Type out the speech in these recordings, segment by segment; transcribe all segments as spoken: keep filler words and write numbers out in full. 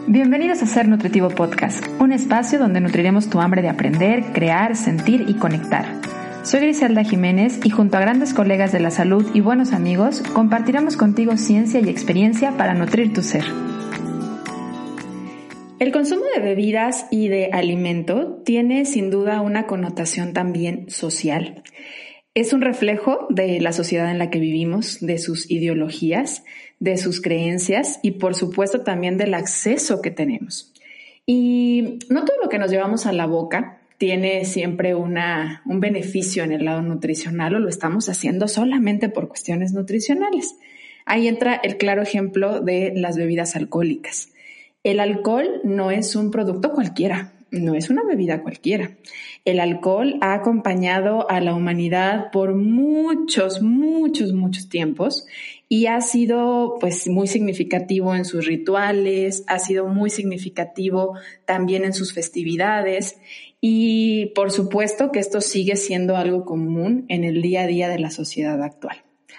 Bienvenidos a Ser Nutritivo Podcast, un espacio donde nutriremos tu hambre de aprender, crear, sentir y conectar. Soy Griselda Jiménez y junto a grandes colegas de la salud y buenos amigos, compartiremos contigo ciencia y experiencia para nutrir tu ser. El consumo de bebidas y de alimento tiene sin duda una connotación también social. Es un reflejo de la sociedad en la que vivimos, de sus ideologías, de sus creencias y por supuesto también del acceso que tenemos. Y no todo lo que nos llevamos a la boca tiene siempre una, un beneficio en el lado nutricional o lo estamos haciendo solamente por cuestiones nutricionales. Ahí entra el claro ejemplo de las bebidas alcohólicas. El alcohol no es un producto cualquiera, no es una bebida cualquiera. El alcohol ha acompañado a la humanidad por muchos, muchos, muchos tiempos y ha sido pues muy significativo en sus rituales, ha sido muy significativo también en sus festividades y por supuesto que esto sigue siendo algo común en el día a día de la sociedad actual.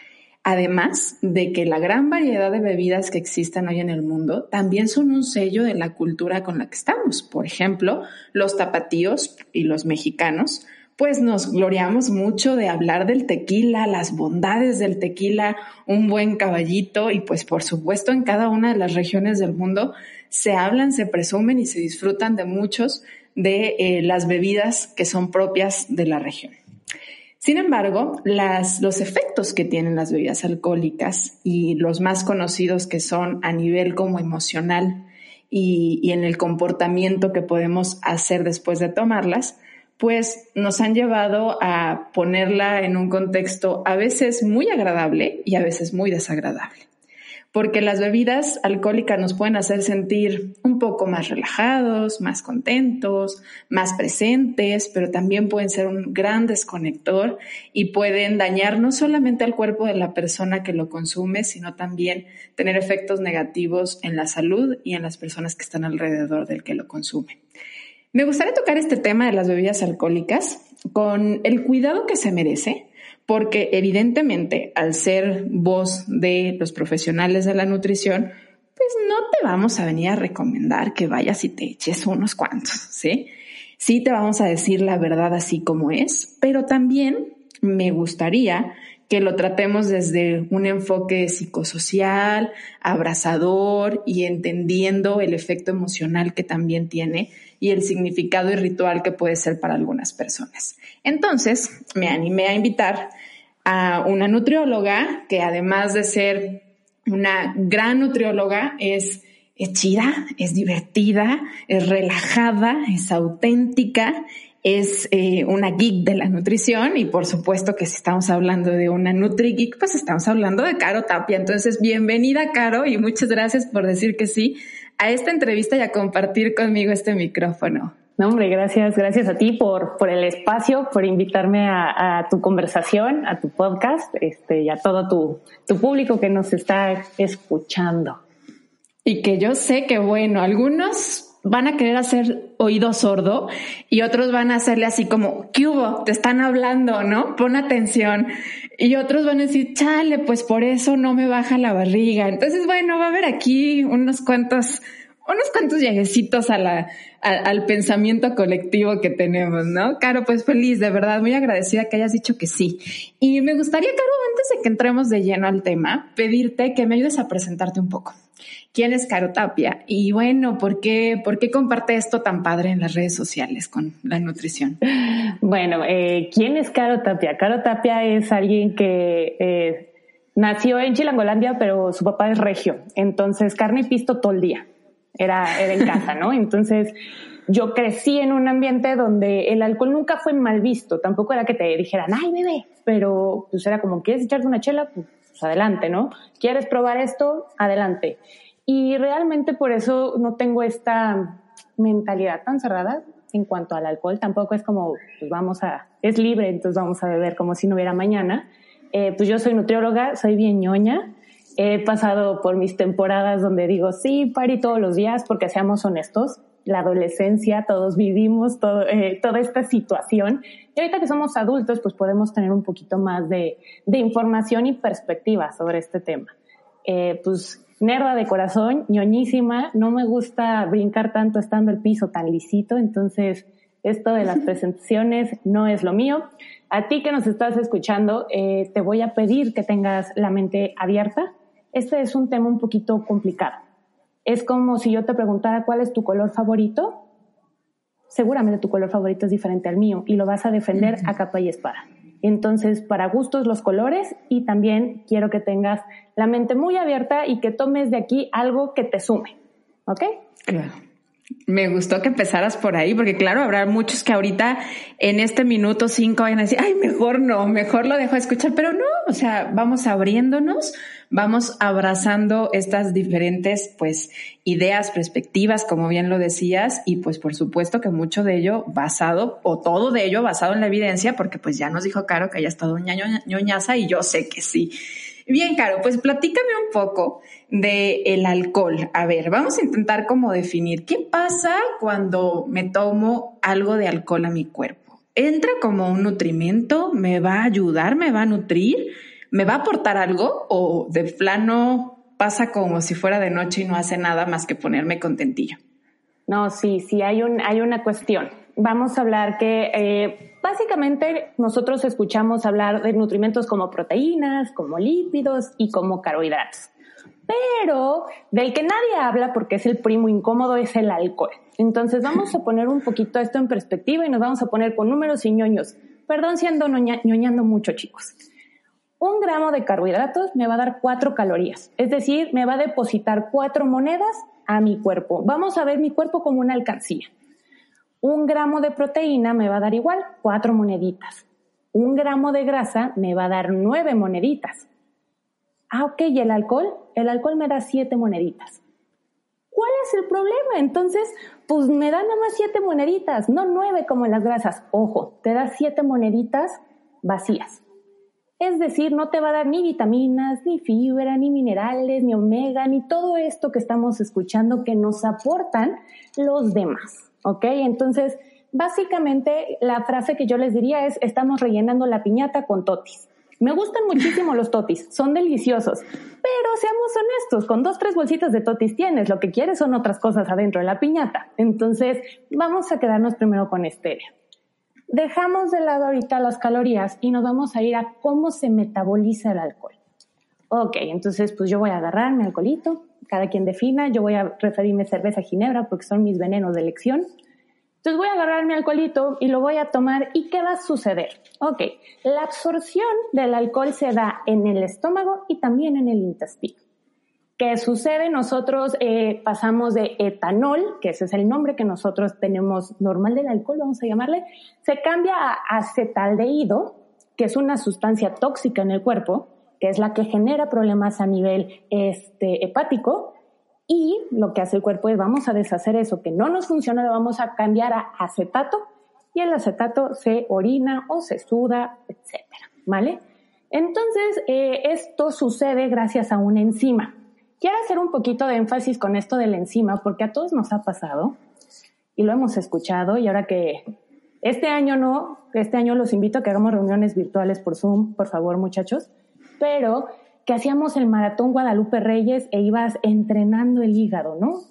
Además de que la gran variedad de bebidas que existen hoy en el mundo también son un sello de la cultura con la que estamos. Por ejemplo, los tapatíos y los mexicanos, pues nos gloriamos mucho de hablar del tequila, las bondades del tequila, un buen caballito y pues por supuesto en cada una de las regiones del mundo se hablan, se presumen y se disfrutan de muchos de eh, las bebidas que son propias de la región. Sin embargo, las, los efectos que tienen las bebidas alcohólicas y los más conocidos que son a nivel como emocional y, y en el comportamiento que podemos hacer después de tomarlas, pues nos han llevado a ponerla en un contexto a veces muy agradable y a veces muy desagradable. Porque las bebidas alcohólicas nos pueden hacer sentir un poco más relajados, más contentos, más presentes, pero también pueden ser un gran desconector y pueden dañar no solamente al cuerpo de la persona que lo consume, sino también tener efectos negativos en la salud y en las personas que están alrededor del que lo consume. Me gustaría tocar este tema de las bebidas alcohólicas con el cuidado que se merece, porque evidentemente al ser voz de los profesionales de la nutrición, pues no te vamos a venir a recomendar que vayas y te eches unos cuantos, ¿sí? Sí te vamos a decir la verdad así como es, pero también me gustaría que lo tratemos desde un enfoque psicosocial, abrazador y entendiendo el efecto emocional que también tiene y el significado y ritual que puede ser para algunas personas. Entonces, me animé a invitar a una nutrióloga que además de ser una gran nutrióloga es, es chida, es divertida, es relajada, es auténtica, es eh, una geek de la nutrición y por supuesto que si estamos hablando de una NutriGeek, pues estamos hablando de Caro Tapia. Entonces, bienvenida, Caro, y muchas gracias por decir que sí a esta entrevista y a compartir conmigo este micrófono. No, hombre, gracias, gracias a ti por, por el espacio, por invitarme a, a tu conversación, a tu podcast, este, y a todo tu, tu público que nos está escuchando. Y que yo sé que, bueno, algunos van a querer hacer oído sordo y otros van a hacerle así como, ¿qué hubo? Te están hablando, ¿no? Pon atención. Y otros van a decir, chale, pues por eso no me baja la barriga. Entonces, bueno, va a haber aquí unos cuantos, unos cuantos lleguecitos a la, a, al pensamiento colectivo que tenemos, ¿no? Caro, pues feliz, de verdad, muy agradecida que hayas dicho que sí. Y me gustaría, Caro, antes de que entremos de lleno al tema, pedirte que me ayudes a presentarte un poco. ¿Quién es Caro Tapia? Y bueno, ¿por qué, por qué comparte esto tan padre en las redes sociales con la nutrición? Bueno, eh, ¿quién es Caro Tapia? Caro Tapia es alguien que eh, nació en Chilangolandia, pero su papá es regio. Entonces, carne y pisto todo el día. Era, era en casa, ¿no? Entonces, yo crecí en un ambiente donde el alcohol nunca fue mal visto. Tampoco era que te dijeran, ay, bebé. Pero pues era como, ¿quieres echarte una chela? Pues, pues adelante, ¿no? ¿Quieres probar esto? Adelante. Y realmente por eso no tengo esta mentalidad tan cerrada en cuanto al alcohol. Tampoco es como, pues vamos a, es libre, entonces vamos a beber como si no hubiera mañana. Eh, pues yo soy nutrióloga, soy bien ñoña. He pasado por mis temporadas donde digo, sí, party todos los días, porque seamos honestos, la adolescencia, todos vivimos todo, eh, toda esta situación. Y ahorita que somos adultos, pues podemos tener un poquito más de, de información y perspectiva sobre este tema. Eh, pues nerda de corazón, ñoñísima, no me gusta brincar tanto estando el piso tan lisito, entonces esto de las presentaciones no es lo mío. A ti que nos estás escuchando, eh, te voy a pedir que tengas la mente abierta. Este es un tema un poquito complicado. Es como si yo te preguntara cuál es tu color favorito. Seguramente tu color favorito es diferente al mío y lo vas a defender uh-huh. a capa y espada. Entonces, para gustos los colores, y también quiero que tengas la mente muy abierta y que tomes de aquí algo que te sume, ¿ok? Claro. Me gustó que empezaras por ahí, porque claro, habrá muchos que ahorita en este minuto cinco vayan a decir, ay, mejor no, mejor lo dejo de escuchar, pero no, o sea, vamos abriéndonos, vamos abrazando estas diferentes, pues, ideas, perspectivas, como bien lo decías, y pues por supuesto que mucho de ello basado, o todo de ello basado en la evidencia, porque pues ya nos dijo Caro que ella es toda una ñoñaza y yo sé que sí. Bien, Caro, pues platícame un poco de el alcohol. A ver, vamos a intentar como definir qué pasa cuando me tomo algo de alcohol a mi cuerpo. ¿Entra como un nutrimento? ¿Me va a ayudar? ¿Me va a nutrir? ¿Me va a aportar algo? ¿O de plano pasa como si fuera de noche y no hace nada más que ponerme contentillo? No, sí, sí, hay, un, hay una cuestión. Vamos a hablar que eh, básicamente nosotros escuchamos hablar de nutrimentos como proteínas, como lípidos y como carbohidratos. Pero del que nadie habla porque es el primo incómodo es el alcohol. Entonces vamos a poner un poquito esto en perspectiva y nos vamos a poner con números y ñoños. Perdón si ando ñoña, ñoñando mucho, chicos. Un gramo de carbohidratos me va a dar cuatro calorías. Es decir, me va a depositar cuatro monedas a mi cuerpo. Vamos a ver mi cuerpo como una alcancía. Un gramo de proteína me va a dar igual, cuatro moneditas. Un gramo de grasa me va a dar nueve moneditas. Ah, ok, ¿y el alcohol? El alcohol me da siete moneditas. ¿Cuál es el problema? Entonces, pues me da nada más siete moneditas, no nueve como en las grasas. Ojo, te da siete moneditas vacías. Es decir, no te va a dar ni vitaminas, ni fibra, ni minerales, ni omega, ni todo esto que estamos escuchando que nos aportan los demás, ¿ok? Entonces, básicamente, la frase que yo les diría es, estamos rellenando la piñata con totis. Me gustan muchísimo los totis, son deliciosos, pero seamos honestos, con dos, tres bolsitas de totis tienes, lo que quieres son otras cosas adentro de la piñata. Entonces, vamos a quedarnos primero con stevia. Dejamos de lado ahorita las calorías y nos vamos a ir a cómo se metaboliza el alcohol. Ok, entonces pues yo voy a agarrar mi alcoholito, cada quien defina, yo voy a referirme cerveza, ginebra, porque son mis venenos de elección. Entonces voy a agarrar mi alcoholito y lo voy a tomar. ¿Y qué va a suceder? Ok, la absorción del alcohol se da en el estómago y también en el intestino. ¿Qué sucede? Nosotros eh, pasamos de etanol, que ese es el nombre que nosotros tenemos normal del alcohol, vamos a llamarle, se cambia a acetaldehído, que es una sustancia tóxica en el cuerpo, que es la que genera problemas a nivel este, hepático, y lo que hace el cuerpo es vamos a deshacer eso que no nos funciona, lo vamos a cambiar a acetato, y el acetato se orina o se suda, etcétera, ¿vale? Entonces, eh, esto sucede gracias a una enzima. Quiero hacer un poquito de énfasis con esto de la enzima porque a todos nos ha pasado y lo hemos escuchado, y ahora que este año no, este año los invito a que hagamos reuniones virtuales por Zoom, por favor, muchachos, pero que hacíamos el maratón Guadalupe Reyes e ibas entrenando el hígado, ¿no?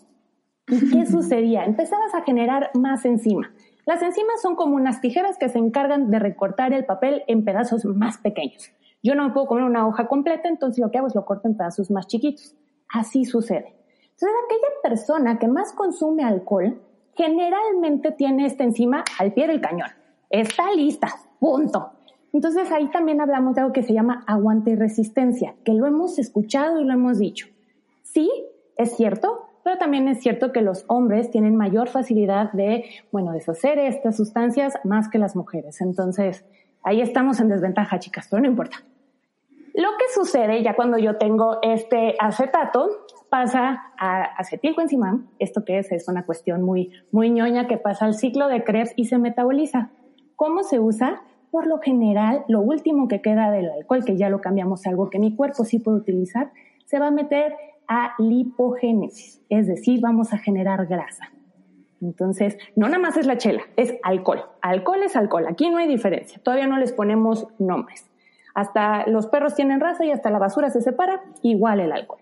¿Y qué sucedía? Empezabas a generar más enzima. Las enzimas son como unas tijeras que se encargan de recortar el papel en pedazos más pequeños. Yo no me puedo comer una hoja completa, entonces lo que hago es lo corto en pedazos más chiquitos. Así sucede. Entonces, aquella persona que más consume alcohol generalmente tiene esta enzima al pie del cañón. Está lista, punto. Entonces, ahí también hablamos de algo que se llama aguante y resistencia, que lo hemos escuchado y lo hemos dicho. Sí, es cierto, pero también es cierto que los hombres tienen mayor facilidad de, bueno, deshacer estas sustancias más que las mujeres. Entonces, ahí estamos en desventaja, chicas, pero no importa. Lo que sucede ya cuando yo tengo este acetato pasa a acetilcoenzima. ¿Esto qué es? Es una cuestión muy, muy ñoña que pasa al ciclo de Krebs y se metaboliza. ¿Cómo se usa? Por lo general, lo último que queda del alcohol, que ya lo cambiamos a algo que mi cuerpo sí puede utilizar, se va a meter a lipogénesis, es decir, vamos a generar grasa. Entonces, no nada más es la chela, es alcohol. Alcohol es alcohol, aquí no hay diferencia, todavía no les ponemos nombres. Hasta los perros tienen raza y hasta la basura se separa, igual el alcohol.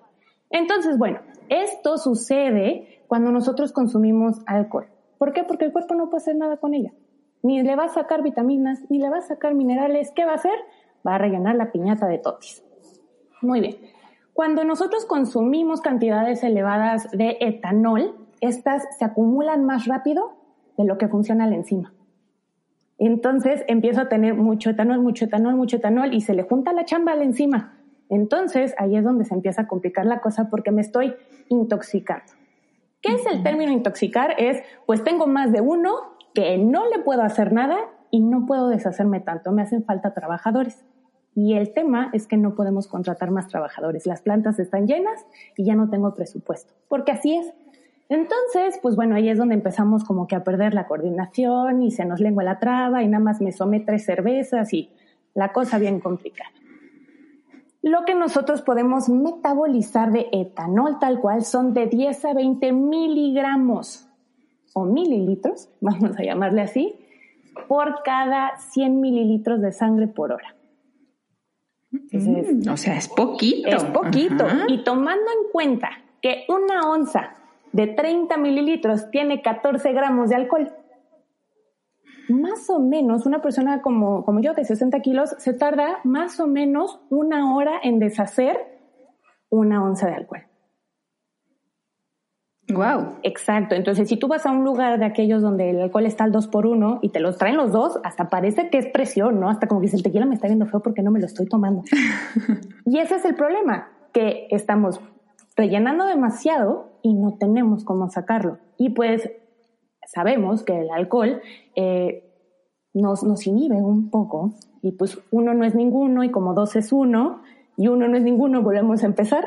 Entonces, bueno, esto sucede cuando nosotros consumimos alcohol. ¿Por qué? Porque el cuerpo no puede hacer nada con ella. Ni le va a sacar vitaminas, ni le va a sacar minerales. ¿Qué va a hacer? Va a rellenar la piñata de totis. Muy bien. Cuando nosotros consumimos cantidades elevadas de etanol, estas se acumulan más rápido de lo que funciona la enzima. Entonces empiezo a tener mucho etanol, mucho etanol, mucho etanol y se le junta la chamba a la enzima. Entonces ahí es donde se empieza a complicar la cosa porque me estoy intoxicando. ¿Qué es el término intoxicar? Es, pues tengo más de uno que no le puedo hacer nada y no puedo deshacerme tanto, me hacen falta trabajadores. Y el tema es que no podemos contratar más trabajadores. Las plantas están llenas y ya no tengo presupuesto, porque así es. Entonces, pues bueno, ahí es donde empezamos como que a perder la coordinación y se nos lengua la traba y nada más me tomé tres cervezas y la cosa bien complicada. Lo que nosotros podemos metabolizar de etanol tal cual son de diez a veinte miligramos o mililitros, vamos a llamarle así, por cada cien mililitros de sangre por hora. Entonces, mm, o sea, es poquito. Es poquito. Ajá. Y tomando en cuenta que una onza de treinta mililitros tiene catorce gramos de alcohol, más o menos una persona como, como yo de sesenta kilos se tarda más o menos una hora en deshacer una onza de alcohol. Wow. Exacto. Entonces, si tú vas a un lugar de aquellos donde el alcohol está al dos por uno y te los traen los dos, hasta parece que es presión, ¿no? Hasta como que dice, el tequila me está viendo feo porque no me lo estoy tomando. Y ese es el problema, que estamos rellenando demasiado y no tenemos cómo sacarlo. Y pues sabemos que el alcohol eh, nos, nos inhibe un poco y pues uno no es ninguno y como dos es uno y uno no es ninguno, volvemos a empezar.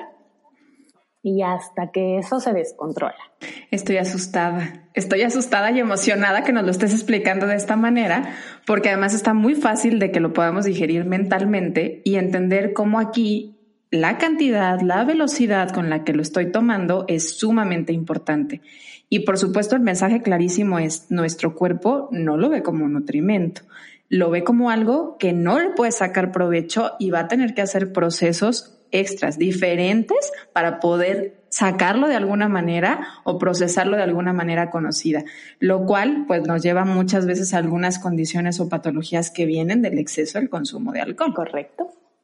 Y hasta que eso se descontrola. Estoy asustada. Estoy asustada y emocionada que nos lo estés explicando de esta manera, porque además está muy fácil de que lo podamos digerir mentalmente y entender cómo aquí la cantidad, la velocidad con la que lo estoy tomando es sumamente importante. Y por supuesto el mensaje clarísimo es: nuestro cuerpo no lo ve como un nutrimento, lo ve como algo que no le puede sacar provecho y va a tener que hacer procesos extras, diferentes, para poder sacarlo de alguna manera o procesarlo de alguna manera conocida, lo cual pues nos lleva muchas veces a algunas condiciones o patologías que vienen del exceso del consumo de alcohol. Correcto.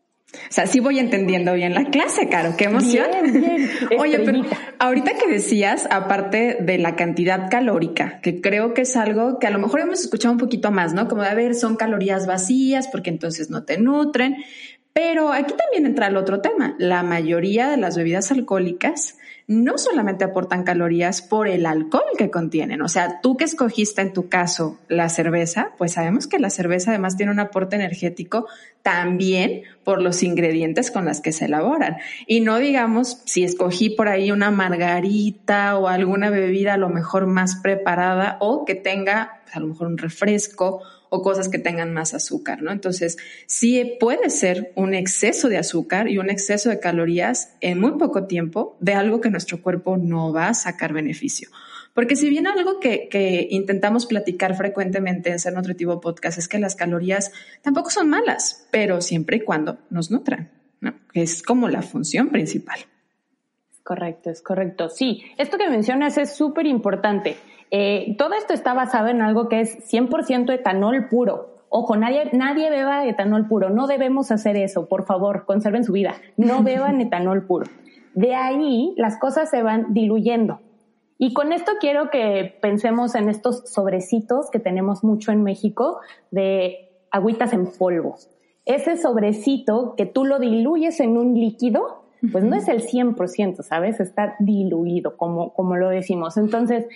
O sea, sí voy entendiendo bien la clase, Caro, qué emoción. Bien, bien. Oye, pero ahorita que decías, aparte de la cantidad calórica, que creo que es algo que a lo mejor hemos escuchado un poquito más, ¿no? Como de, a ver, son calorías vacías porque entonces no te nutren. Pero aquí también entra el otro tema. La mayoría de las bebidas alcohólicas no solamente aportan calorías por el alcohol que contienen. O sea, tú que escogiste en tu caso la cerveza, pues sabemos que la cerveza además tiene un aporte energético también por los ingredientes con los que se elaboran. Y no digamos si escogí por ahí una margarita o alguna bebida a lo mejor más preparada o que tenga a lo mejor un refresco o cosas que tengan más azúcar, ¿no? Entonces, sí puede ser un exceso de azúcar y un exceso de calorías en muy poco tiempo de algo que nuestro cuerpo no va a sacar beneficio. Porque si bien algo que, que intentamos platicar frecuentemente en Ser Nutritivo Podcast es que las calorías tampoco son malas, pero siempre y cuando nos nutran, ¿no? Que es como la función principal. Correcto, es correcto. Sí, esto que mencionas es súper importante. Eh, todo esto está basado en algo que es cien por ciento etanol puro. Ojo, nadie, nadie beba etanol puro. No debemos hacer eso. Por favor, conserven su vida. No beban etanol puro. De ahí las cosas se van diluyendo. Y con esto quiero que pensemos en estos sobrecitos que tenemos mucho en México de agüitas en polvo. Ese sobrecito que tú lo diluyes en un líquido, pues no es el cien por ciento, ¿sabes? Está diluido, como, como lo decimos. Entonces,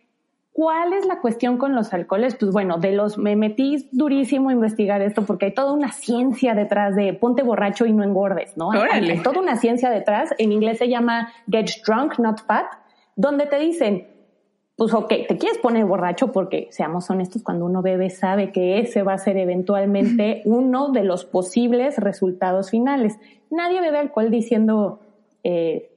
¿cuál es la cuestión con los alcoholes? Pues bueno, de los me metí durísimo a investigar esto porque hay toda una ciencia detrás de ponte borracho y no engordes, ¿no? Hay, hay toda una ciencia detrás. En inglés se llama Get Drunk, Not Fat, donde te dicen, pues ok, te quieres poner borracho porque, seamos honestos, cuando uno bebe sabe que ese va a ser eventualmente uno de los posibles resultados finales. Nadie bebe alcohol diciendo, eh,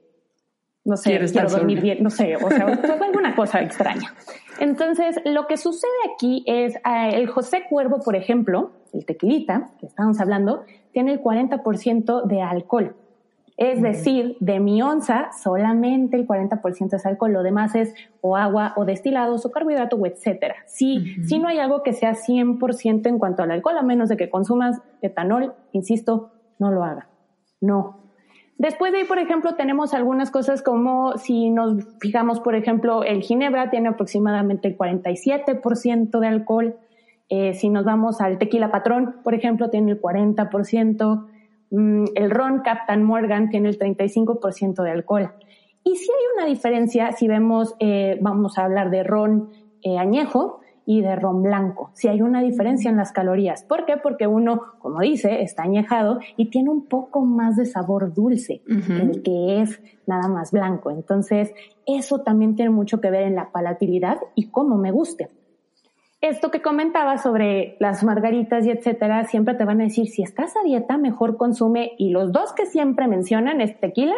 no sé, quiero, quiero dormir bien, no sé, o sea, alguna cosa extraña. Entonces, lo que sucede aquí es, eh, el José Cuervo, por ejemplo, el tequilita, que estábamos hablando, tiene el cuarenta por ciento de alcohol. Es decir, de mi onza, solamente el cuarenta por ciento es alcohol, lo demás es o agua, o destilados, o carbohidrato, o etcétera. Sí, uh-huh. sí no hay algo que sea cien por ciento en cuanto al alcohol, a menos de que consumas etanol, insisto, no lo haga. No. Después de ahí, por ejemplo, tenemos algunas cosas como si nos fijamos, por ejemplo, el ginebra tiene aproximadamente el cuarenta y siete por ciento de alcohol. Eh, si nos vamos al tequila patrón, por ejemplo, tiene el cuarenta por ciento. El ron Captain Morgan tiene el treinta y cinco por ciento de alcohol. Y sí hay una diferencia si vemos, eh, vamos a hablar de ron eh, añejo y de ron blanco. Sí hay una diferencia en las calorías. ¿Por qué? Porque uno, como dice, está añejado y tiene un poco más de sabor dulce, uh-huh. el que es nada más blanco. Entonces, eso también tiene mucho que ver en la palatabilidad y cómo me guste. Esto que comentaba sobre las margaritas y etcétera, siempre te van a decir, si estás a dieta, mejor consume, y los dos que siempre mencionan es tequila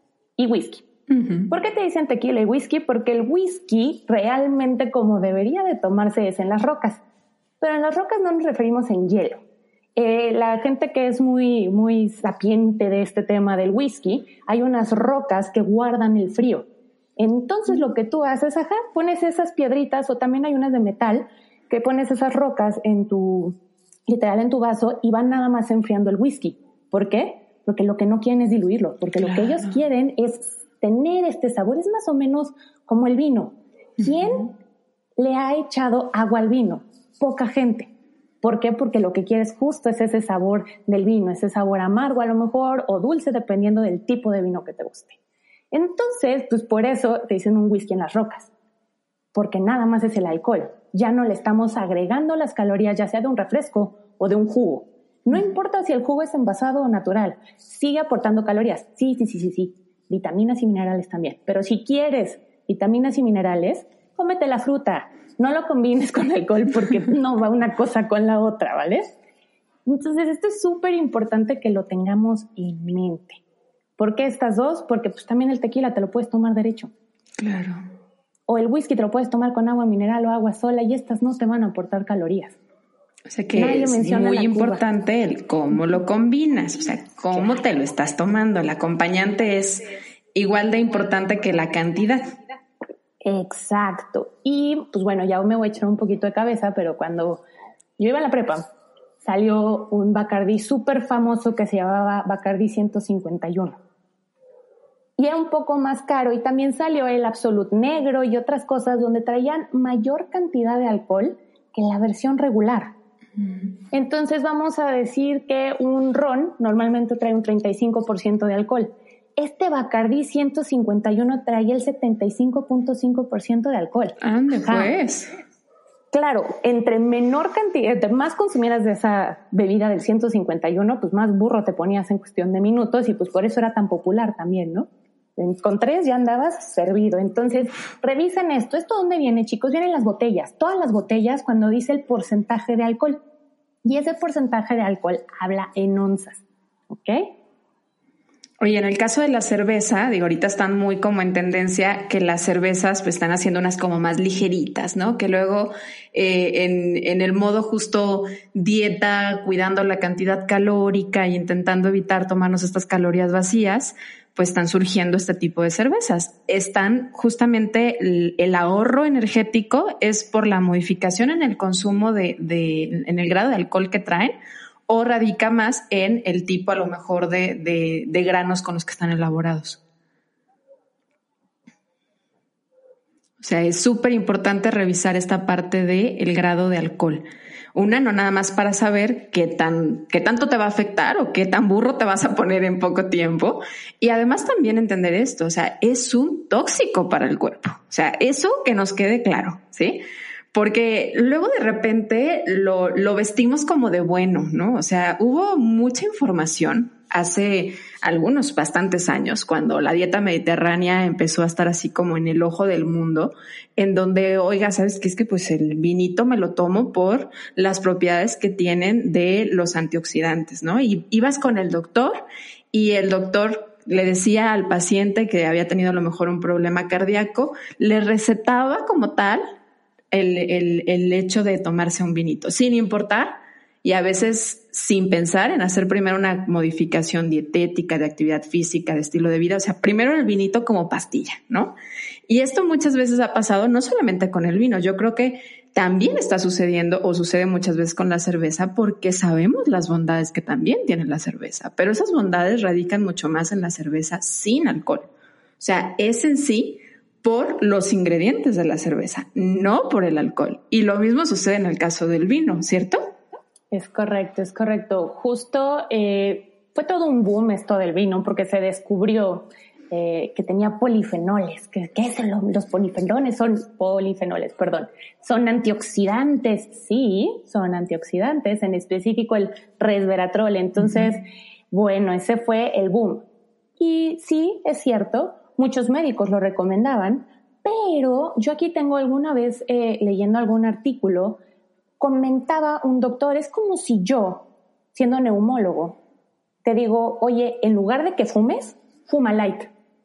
y whisky. Uh-huh. ¿Por qué te dicen tequila y whisky? Porque el whisky realmente como debería de tomarse es en las rocas, pero en las rocas no nos referimos en hielo. Eh, la gente que es muy, muy sapiente de este tema del whisky, hay unas rocas que guardan el frío. Entonces lo que tú haces, ajá, pones esas piedritas, o también hay unas de metal, que pones esas rocas en tu, literal en tu vaso, y van nada más enfriando el whisky. ¿Por qué? Porque lo que no quieren es diluirlo, porque claro. lo que ellos quieren es tener este sabor, es más o menos como el vino. ¿Quién uh-huh. le ha echado agua al vino? Poca gente. ¿Por qué? Porque lo que quieres justo es ese sabor del vino, ese sabor amargo a lo mejor, o dulce, dependiendo del tipo de vino que te guste. Entonces, pues por eso te dicen un whisky en las rocas, porque nada más es el alcohol. Ya no le estamos agregando las calorías, ya sea de un refresco o de un jugo. No importa si el jugo es envasado o natural, sigue aportando calorías. Sí, sí, sí, sí, sí. Vitaminas y minerales también. Pero si quieres vitaminas y minerales, cómete la fruta. No lo combines con alcohol porque no va una cosa con la otra, ¿vale? Entonces, esto es súper importante que lo tengamos en mente. ¿Por qué estas dos? Porque pues también el tequila te lo puedes tomar derecho. Claro. O el whisky te lo puedes tomar con agua mineral o agua sola, y estas no te van a aportar calorías. O sea que Nadie es muy importante el cómo lo combinas, o sea, cómo claro. te lo estás tomando. El acompañante es igual de importante que la cantidad. Exacto. Y pues bueno, ya me voy a echar un poquito de cabeza, pero cuando yo iba a la prepa, salió un Bacardí súper famoso que se llamaba Bacardí ciento cincuenta y uno. Y era un poco más caro, y también salió el Absolut Negro y otras cosas donde traían mayor cantidad de alcohol que la versión regular. Mm. Entonces vamos a decir que un ron normalmente trae un treinta y cinco por ciento de alcohol. Este Bacardí ciento cincuenta y uno traía el setenta y cinco punto cinco por ciento de alcohol. Ande pues. Claro, entre menor cantidad, entre más consumieras de esa bebida del ciento cincuenta y uno, pues más burro te ponías en cuestión de minutos, y pues por eso era tan popular también, ¿no? Con tres ya andabas servido. Entonces, revisen esto. ¿Esto dónde viene, chicos? Vienen las botellas. Todas las botellas cuando dice el porcentaje de alcohol. Y ese porcentaje de alcohol habla en onzas. ¿Ok? Oye, en el caso de la cerveza, digo, ahorita están muy como en tendencia que las cervezas pues están haciendo unas como más ligeritas, ¿no? Que luego eh, en, en el modo justo dieta, cuidando la cantidad calórica y intentando evitar tomarnos estas calorías vacías, pues están surgiendo este tipo de cervezas. Están justamente el, el ahorro energético es por la modificación en el consumo de, de, en el grado de alcohol que traen, o radica más en el tipo a lo mejor de, de, de granos con los que están elaborados. O sea, es súper importante revisar esta parte del grado de alcohol. Una, no nada más para saber qué tan, qué tanto te va a afectar o qué tan burro te vas a poner en poco tiempo. Y además también entender esto, o sea, es un tóxico para el cuerpo. O sea, eso que nos quede claro, ¿sí? Porque luego de repente lo, lo vestimos como de bueno, ¿no? O sea, hubo mucha información hace algunos bastantes años, cuando la dieta mediterránea empezó a estar así como en el ojo del mundo, en donde, oiga, ¿sabes qué? Es que pues el vinito me lo tomo por las propiedades que tienen de los antioxidantes, ¿no? Y ibas con el doctor y el doctor le decía al paciente que había tenido a lo mejor un problema cardíaco, le recetaba como tal el, el, el hecho de tomarse un vinito, sin importar y a veces sin pensar en hacer primero una modificación dietética, de actividad física, de estilo de vida. O sea, primero el vinito como pastilla, ¿no? Y esto muchas veces ha pasado no solamente con el vino. Yo creo que también está sucediendo o sucede muchas veces con la cerveza porque sabemos las bondades que también tiene la cerveza, pero esas bondades radican mucho más en la cerveza sin alcohol. O sea, es en sí por los ingredientes de la cerveza, no por el alcohol. Y lo mismo sucede en el caso del vino, ¿cierto? Es correcto, es correcto. Justo eh, fue todo un boom esto del vino porque se descubrió eh, que tenía polifenoles. ¿Qué, qué es lo, los polifenoles? Son polifenoles, perdón. Son antioxidantes, sí, son antioxidantes, en específico el resveratrol. Entonces, uh-huh. bueno, ese fue el boom. Y sí, es cierto, muchos médicos lo recomendaban, pero yo aquí tengo alguna vez eh, leyendo algún artículo, comentaba un doctor, es como si yo, siendo neumólogo, te digo, oye, en lugar de que fumes, fuma light.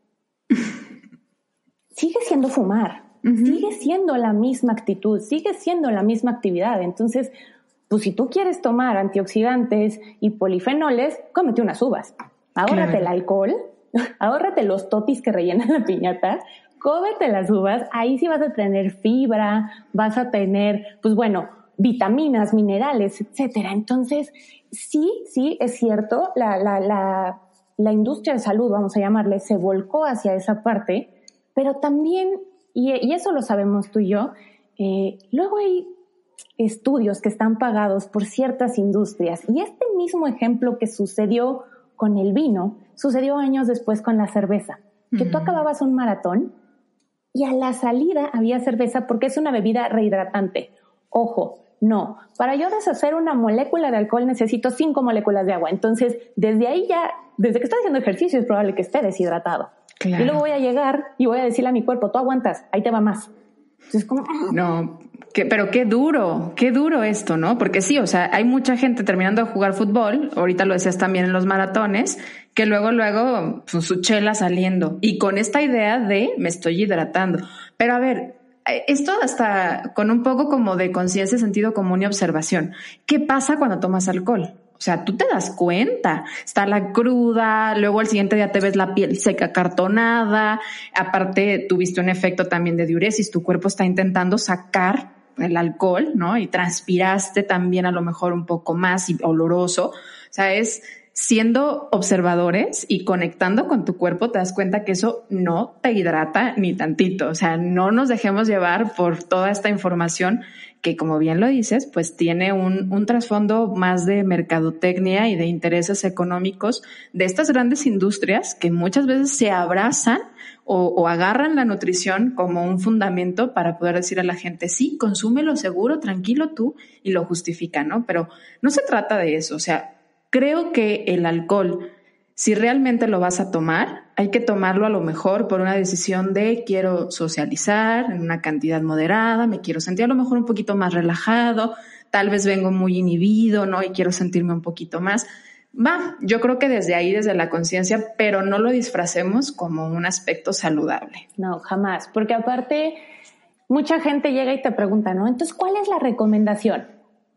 Sigue siendo fumar, uh-huh. sigue siendo la misma actitud, sigue siendo la misma actividad. Entonces, pues si tú quieres tomar antioxidantes y polifenoles, cómete unas uvas. Ahórrate claro. el alcohol, ahórrate los totis que rellenan la piñata, cómete las uvas, ahí sí vas a tener fibra, vas a tener, pues bueno, vitaminas, minerales, etcétera. Entonces, sí, sí, es cierto, la, la, la, la industria de salud, vamos a llamarle, se volcó hacia esa parte, pero también, y, y eso lo sabemos tú y yo, eh, luego hay estudios que están pagados por ciertas industrias, y este mismo ejemplo que sucedió con el vino, sucedió años después con la cerveza, que mm. tú acababas un maratón y a la salida había cerveza porque es una bebida rehidratante. Ojo, no, para yo deshacer una molécula de alcohol necesito cinco moléculas de agua. Entonces, desde ahí ya, desde que estoy haciendo ejercicio es probable que esté deshidratado. Claro. Y luego voy a llegar y voy a decirle a mi cuerpo, tú aguantas, ahí te va más. Entonces, como... No, que, pero qué duro, qué duro esto, ¿no? Porque sí, o sea, hay mucha gente terminando de jugar fútbol, ahorita lo decías también en los maratones, que luego, luego, pues, su chela saliendo. Y con esta idea de me estoy hidratando. Pero a ver... esto hasta con un poco como de conciencia, sentido común y observación. ¿Qué pasa cuando tomas alcohol? O sea, tú te das cuenta. Está la cruda, luego al siguiente día te ves la piel seca, acartonada. Aparte, tuviste un efecto también de diuresis. Tu cuerpo está intentando sacar el alcohol, ¿no? Y transpiraste también a lo mejor un poco más y oloroso. O sea, es... siendo observadores y conectando con tu cuerpo, te das cuenta que eso no te hidrata ni tantito. O sea, no nos dejemos llevar por toda esta información que, como bien lo dices, pues tiene un, un trasfondo más de mercadotecnia y de intereses económicos de estas grandes industrias que muchas veces se abrazan o, o agarran la nutrición como un fundamento para poder decir a la gente, sí, consúmelo seguro, tranquilo tú, y lo justifican, ¿no? Pero no se trata de eso. O sea, creo que el alcohol, si realmente lo vas a tomar, hay que tomarlo a lo mejor por una decisión de quiero socializar en una cantidad moderada, me quiero sentir a lo mejor un poquito más relajado, tal vez vengo muy inhibido, ¿no? Y quiero sentirme un poquito más. Va, yo creo que desde ahí, desde la conciencia, pero no lo disfracemos como un aspecto saludable. No, jamás, porque aparte mucha gente llega y te pregunta, ¿no? Entonces, ¿cuál es la recomendación?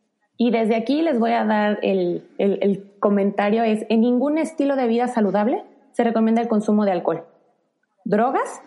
Y desde aquí les voy a dar el, el, el comentario es, en ningún estilo de vida saludable se recomienda el consumo de alcohol, drogas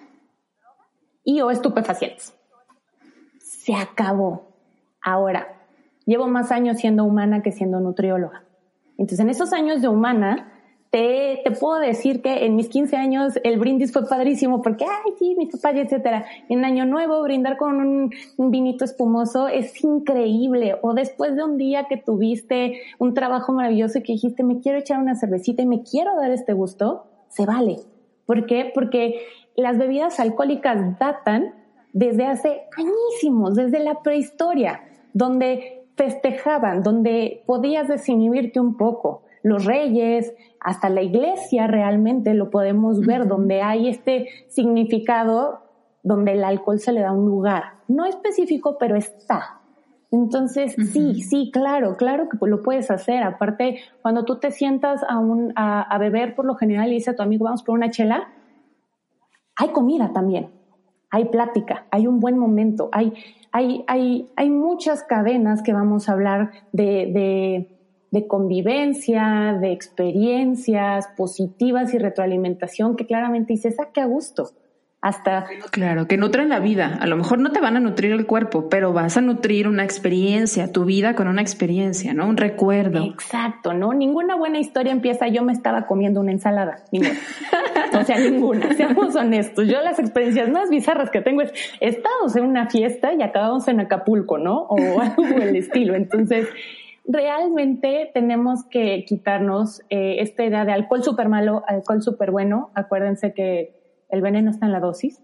y o estupefacientes. Se acabó. Ahora, llevo más años siendo humana que siendo nutrióloga. Entonces, en esos años de humana, te, te puedo decir que en mis quince años el brindis fue padrísimo porque, ay, sí, mis papás, etcétera. En Año Nuevo, brindar con un, un vinito espumoso es increíble. O después de un día que tuviste un trabajo maravilloso y que dijiste, me quiero echar una cervecita y me quiero dar este gusto, se vale. ¿Por qué? Porque las bebidas alcohólicas datan desde hace añísimos, desde la prehistoria, donde festejaban, donde podías desinhibirte un poco. Los reyes, hasta la iglesia realmente lo podemos ver, uh-huh. donde hay este significado, donde el alcohol se le da un lugar. No específico, pero está. Entonces, uh-huh. sí, sí, claro, claro que lo puedes hacer. Aparte, cuando tú te sientas a, un, a, a beber, por lo general, y dice a tu amigo, vamos por una chela, hay comida también. Hay plática, hay un buen momento, hay, hay, hay, hay muchas cadenas que vamos a hablar de, de, de convivencia, de experiencias positivas y retroalimentación que claramente dices, ah, qué a gusto. Hasta claro, que nutren la vida. A lo mejor no te van a nutrir el cuerpo, pero vas a nutrir una experiencia, tu vida con una experiencia, ¿no? Un recuerdo. Exacto, ¿no? Ninguna buena historia empieza yo me estaba comiendo una ensalada. Ninguna. O sea, ninguna. Seamos honestos. Yo las experiencias más bizarras que tengo es estamos en una fiesta y acabamos en Acapulco, ¿no? O algo del estilo. Entonces, realmente tenemos que quitarnos eh, esta idea de alcohol súper malo, alcohol súper bueno. Acuérdense que el veneno está en la dosis.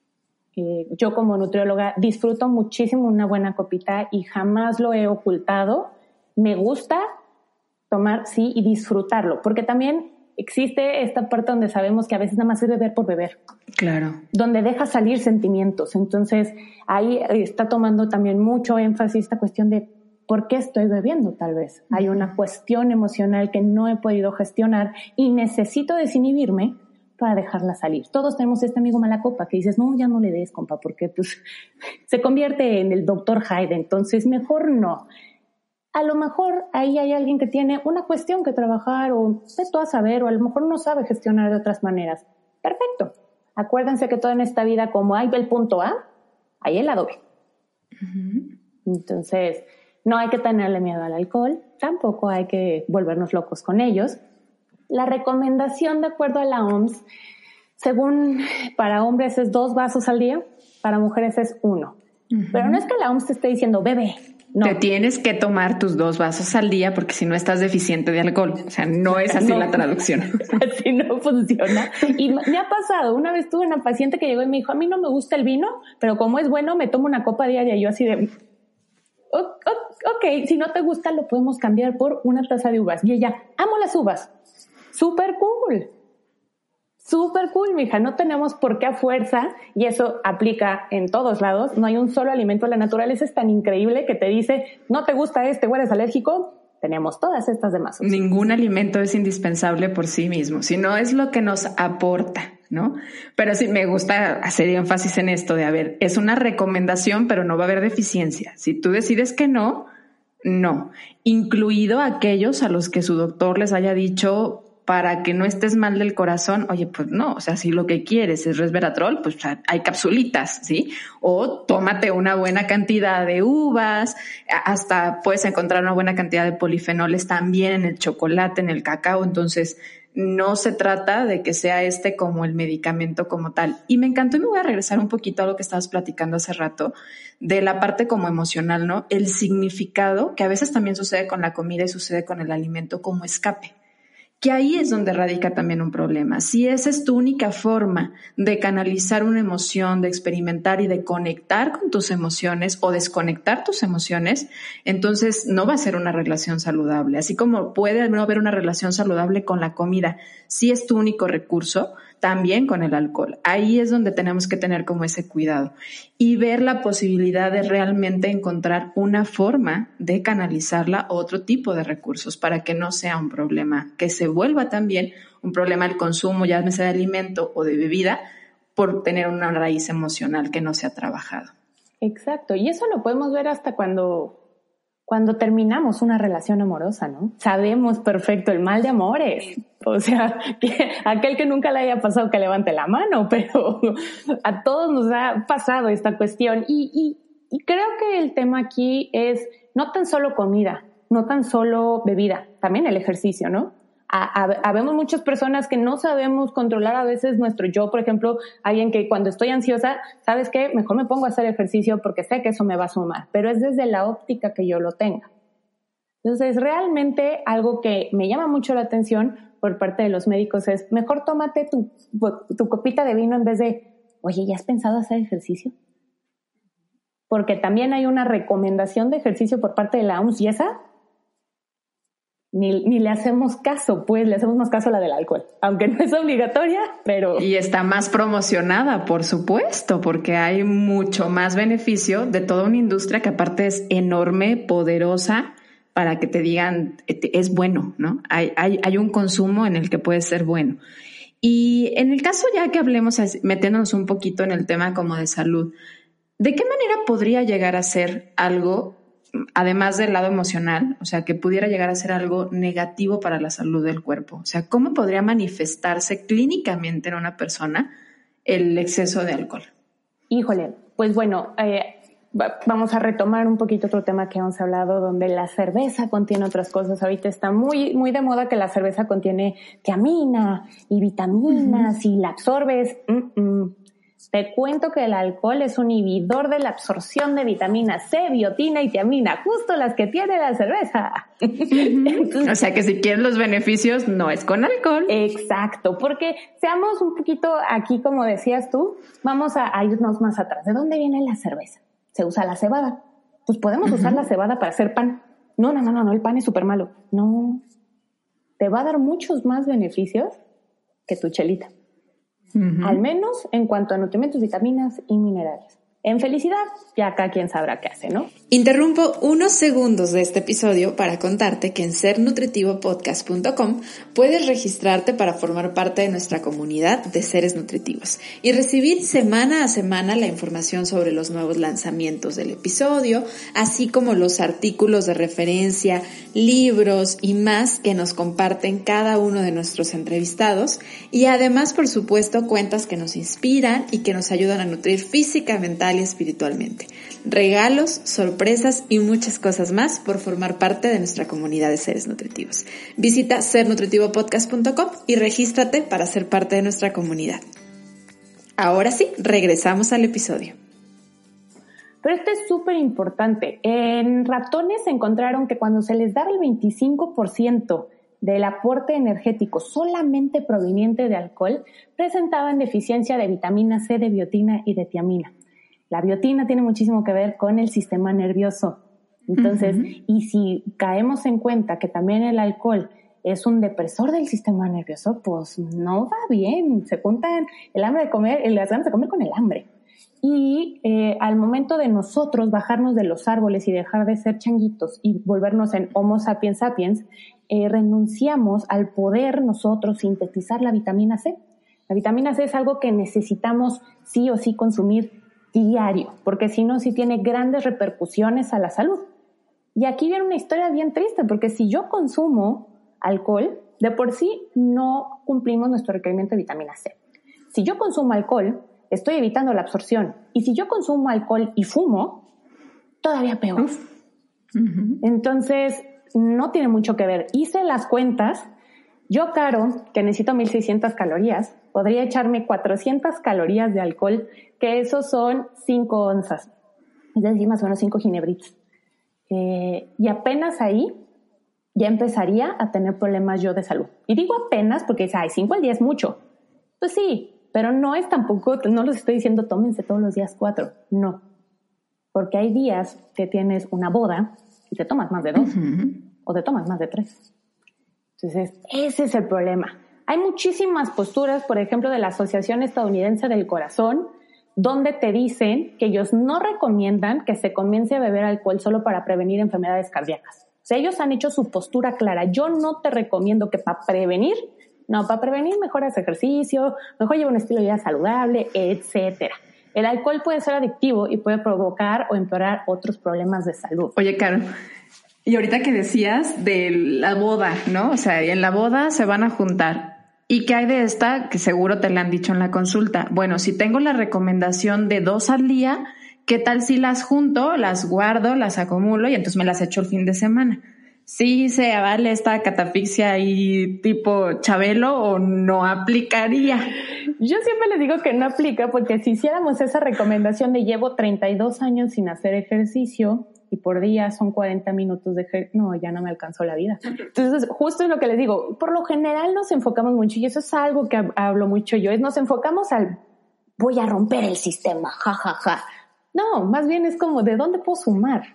Eh, yo como nutrióloga disfruto muchísimo una buena copita y jamás lo he ocultado. Me gusta tomar, sí, y disfrutarlo, porque también existe esta parte donde sabemos que a veces nada más es beber por beber. Claro. Donde deja salir sentimientos. Entonces, ahí está tomando también mucho énfasis esta cuestión de ¿por qué estoy bebiendo? Tal vez. Uh-huh. Hay una cuestión emocional que no he podido gestionar y necesito desinhibirme para dejarla salir. Todos tenemos este amigo mala copa que dices, no, ya no le des, compa, porque pues se convierte en el doctor Hyde, entonces mejor no. A lo mejor ahí hay alguien que tiene una cuestión que trabajar o sé tú a saber, o a lo mejor no sabe gestionar de otras maneras. Perfecto. Acuérdense que todo en esta vida, como hay el punto A, hay el lado B. Uh-huh. Entonces, no hay que tenerle miedo al alcohol, tampoco hay que volvernos locos con ellos. La recomendación de acuerdo a la O M S, según para hombres es dos vasos al día, para mujeres es uno. Uh-huh. Pero no es que la O M S te esté diciendo, bebe. No. Te tienes que tomar tus dos vasos al día porque si no estás deficiente de alcohol. O sea, no es así no, la traducción. Así no funciona. Y me ha pasado, una vez tuve una paciente que llegó y me dijo, a mí no me gusta el vino, pero como es bueno, me tomo una copa diaria. Y yo así de, oh, oh, ok, si no te gusta, lo podemos cambiar por una taza de uvas. Y ella, amo las uvas. Súper cool. Súper cool, mija. No tenemos por qué a fuerza, y eso aplica en todos lados. No hay un solo alimento. La naturaleza es tan increíble que te dice, no te gusta este o eres alérgico. Tenemos todas estas demás opciones. Ningún alimento es indispensable por sí mismo, sino es lo que nos aporta, ¿no? Pero sí me gusta hacer énfasis en esto de, a ver, es una recomendación, pero no va a haber deficiencia. Si tú decides que no, no. Incluido aquellos a los que su doctor les haya dicho, para que no estés mal del corazón, oye, pues no, o sea, si lo que quieres es resveratrol, pues hay capsulitas, ¿sí? O tómate una buena cantidad de uvas, hasta puedes encontrar una buena cantidad de polifenoles también en el chocolate, en el cacao, entonces no se trata de que sea este como el medicamento como tal. Y me encantó y me voy a regresar un poquito a lo que estabas platicando hace rato, de la parte como emocional, ¿no? El significado, que a veces también sucede con la comida y sucede con el alimento como escape. Que ahí es donde radica también un problema. Si esa es tu única forma de canalizar una emoción, de experimentar y de conectar con tus emociones o desconectar tus emociones, entonces no va a ser una relación saludable. Así como puede no haber una relación saludable con la comida, si es tu único recurso, también con el alcohol. Ahí es donde tenemos que tener como ese cuidado y ver la posibilidad de realmente encontrar una forma de canalizarla a otro tipo de recursos para que no sea un problema, que se vuelva también un problema el consumo, ya sea de alimento o de bebida, por tener una raíz emocional que no se ha trabajado. Exacto, y eso lo podemos ver hasta cuando... Cuando terminamos una relación amorosa, ¿no? Sabemos perfecto el mal de amores. O sea, que aquel que nunca le haya pasado que levante la mano, pero a todos nos ha pasado esta cuestión. Y, y, y creo que el tema aquí es no tan solo comida, no tan solo bebida, también el ejercicio, ¿no? Habemos muchas personas que no sabemos controlar a veces nuestro yo, por ejemplo, alguien que cuando estoy ansiosa, ¿sabes qué? Mejor me pongo a hacer ejercicio porque sé que eso me va a sumar, pero es desde la óptica que yo lo tenga. Entonces, realmente algo que me llama mucho la atención por parte de los médicos es, mejor tómate tu, tu copita de vino en vez de, oye, ¿ya has pensado hacer ejercicio? Porque también hay una recomendación de ejercicio por parte de la O M S y esa Ni, ni le hacemos caso, pues le hacemos más caso a la del alcohol, aunque no es obligatoria, pero... Y está más promocionada, por supuesto, porque hay mucho más beneficio de toda una industria que aparte es enorme, poderosa, para que te digan, es bueno, ¿no? Hay, hay, hay un consumo en el que puede ser bueno. Y en el caso ya que hablemos, metiéndonos un poquito en el tema como de salud, ¿De qué manera podría llegar a ser algo, además del lado emocional, o sea, que pudiera llegar a ser algo negativo para la salud del cuerpo? O sea, ¿cómo podría manifestarse clínicamente en una persona el exceso de alcohol? Híjole, pues bueno, eh, vamos a retomar un poquito otro tema que hemos hablado, donde la cerveza contiene otras cosas. Ahorita está muy, muy de moda que la cerveza contiene tiamina y vitaminas, uh-huh, y la absorbes. Mm-mm. Te cuento que el alcohol es un inhibidor de la absorción de vitamina C, biotina y tiamina, justo las que tiene la cerveza. Uh-huh. Entonces, o sea que si quieren los beneficios, no es con alcohol. Exacto, porque seamos un poquito aquí, como decías tú, vamos a, a irnos más atrás. ¿De dónde viene la cerveza? Se usa la cebada. Pues podemos uh-huh. usar la cebada para hacer pan. No, no, no, no, no, el pan es súper malo. No, te va a dar muchos más beneficios que tu chelita. Uh-huh. Al menos en cuanto a nutrimentos, vitaminas y minerales. En felicidad, ya acá quien sabrá qué hace, ¿no? Interrumpo unos segundos de este episodio para contarte que en ser nutritivo podcast punto com puedes registrarte para formar parte de nuestra comunidad de seres nutritivos y recibir semana a semana la información sobre los nuevos lanzamientos del episodio, así como los artículos de referencia, libros y más que nos comparten cada uno de nuestros entrevistados, y además, por supuesto, cuentas que nos inspiran y que nos ayudan a nutrir física, mental y espiritualmente. Regalos, sorpresas y muchas cosas más por formar parte de nuestra comunidad de seres nutritivos. Visita ser nutritivo podcast punto com y regístrate para ser parte de nuestra comunidad. Ahora sí, regresamos al episodio. Pero esto es súper importante. En ratones se encontraron que cuando se les daba el veinticinco por ciento del aporte energético solamente proveniente de alcohol, presentaban deficiencia de vitamina C, de biotina y de tiamina. La biotina tiene muchísimo que ver con el sistema nervioso. Entonces, uh-huh. y si caemos en cuenta que también el alcohol es un depresor del sistema nervioso, pues no va bien. Se juntan el hambre de comer, las ganas de comer con el hambre. Y eh, al momento de nosotros bajarnos de los árboles y dejar de ser changuitos y volvernos en Homo sapiens sapiens, eh, renunciamos al poder nosotros sintetizar la vitamina C. La vitamina C es algo que necesitamos sí o sí consumir diario, porque si no, sí tiene grandes repercusiones a la salud. Y aquí viene una historia bien triste, porque si yo consumo alcohol, de por sí no cumplimos nuestro requerimiento de vitamina C. Si yo consumo alcohol, estoy evitando la absorción. Y si yo consumo alcohol y fumo, todavía peor. Uh-huh. Entonces, no tiene mucho que ver. Hice las cuentas. Yo, Caro, que necesito mil seiscientas calorías, podría echarme cuatrocientas calorías de alcohol, que eso son cinco onzas. Es decir, más o menos cinco ginebritas. Eh, y apenas ahí ya empezaría a tener problemas yo de salud. Y digo apenas porque dice, ay, cinco al día es mucho. Pues sí, pero no es tampoco, no les estoy diciendo tómense todos los días cuatro. No. Porque hay días que tienes una boda y te tomas más de dos. Uh-huh. O te tomas más de tres. Entonces, ese es el problema. Hay muchísimas posturas, por ejemplo, de la Asociación Estadounidense del Corazón, donde te dicen que ellos no recomiendan que se comience a beber alcohol solo para prevenir enfermedades cardíacas. O sea, ellos han hecho su postura clara. Yo no te recomiendo que para prevenir, no, para prevenir mejor haz ejercicio, mejor lleva un estilo de vida saludable, etcétera. El alcohol puede ser adictivo y puede provocar o empeorar otros problemas de salud. Oye, Caro, y ahorita que decías de la boda, ¿no? O sea, en la boda se van a juntar. ¿Y qué hay de esta? Que seguro te la han dicho en la consulta. Bueno, si tengo la recomendación de dos al día, ¿qué tal si las junto, las guardo, las acumulo y entonces me las echo el fin de semana? ¿Sí se vale esta catafixia y tipo Chabelo o no aplicaría? Yo siempre les digo que no aplica porque si hiciéramos esa recomendación de llevo treinta y dos años sin hacer ejercicio y por día son cuarenta minutos de ejercicio, no, ya no me alcanzó la vida. Entonces, justo es lo que les digo, por lo general nos enfocamos mucho, y eso es algo que hablo mucho yo, es nos enfocamos al voy a romper el sistema, ja, ja, ja. No, más bien es como, ¿de dónde puedo sumar?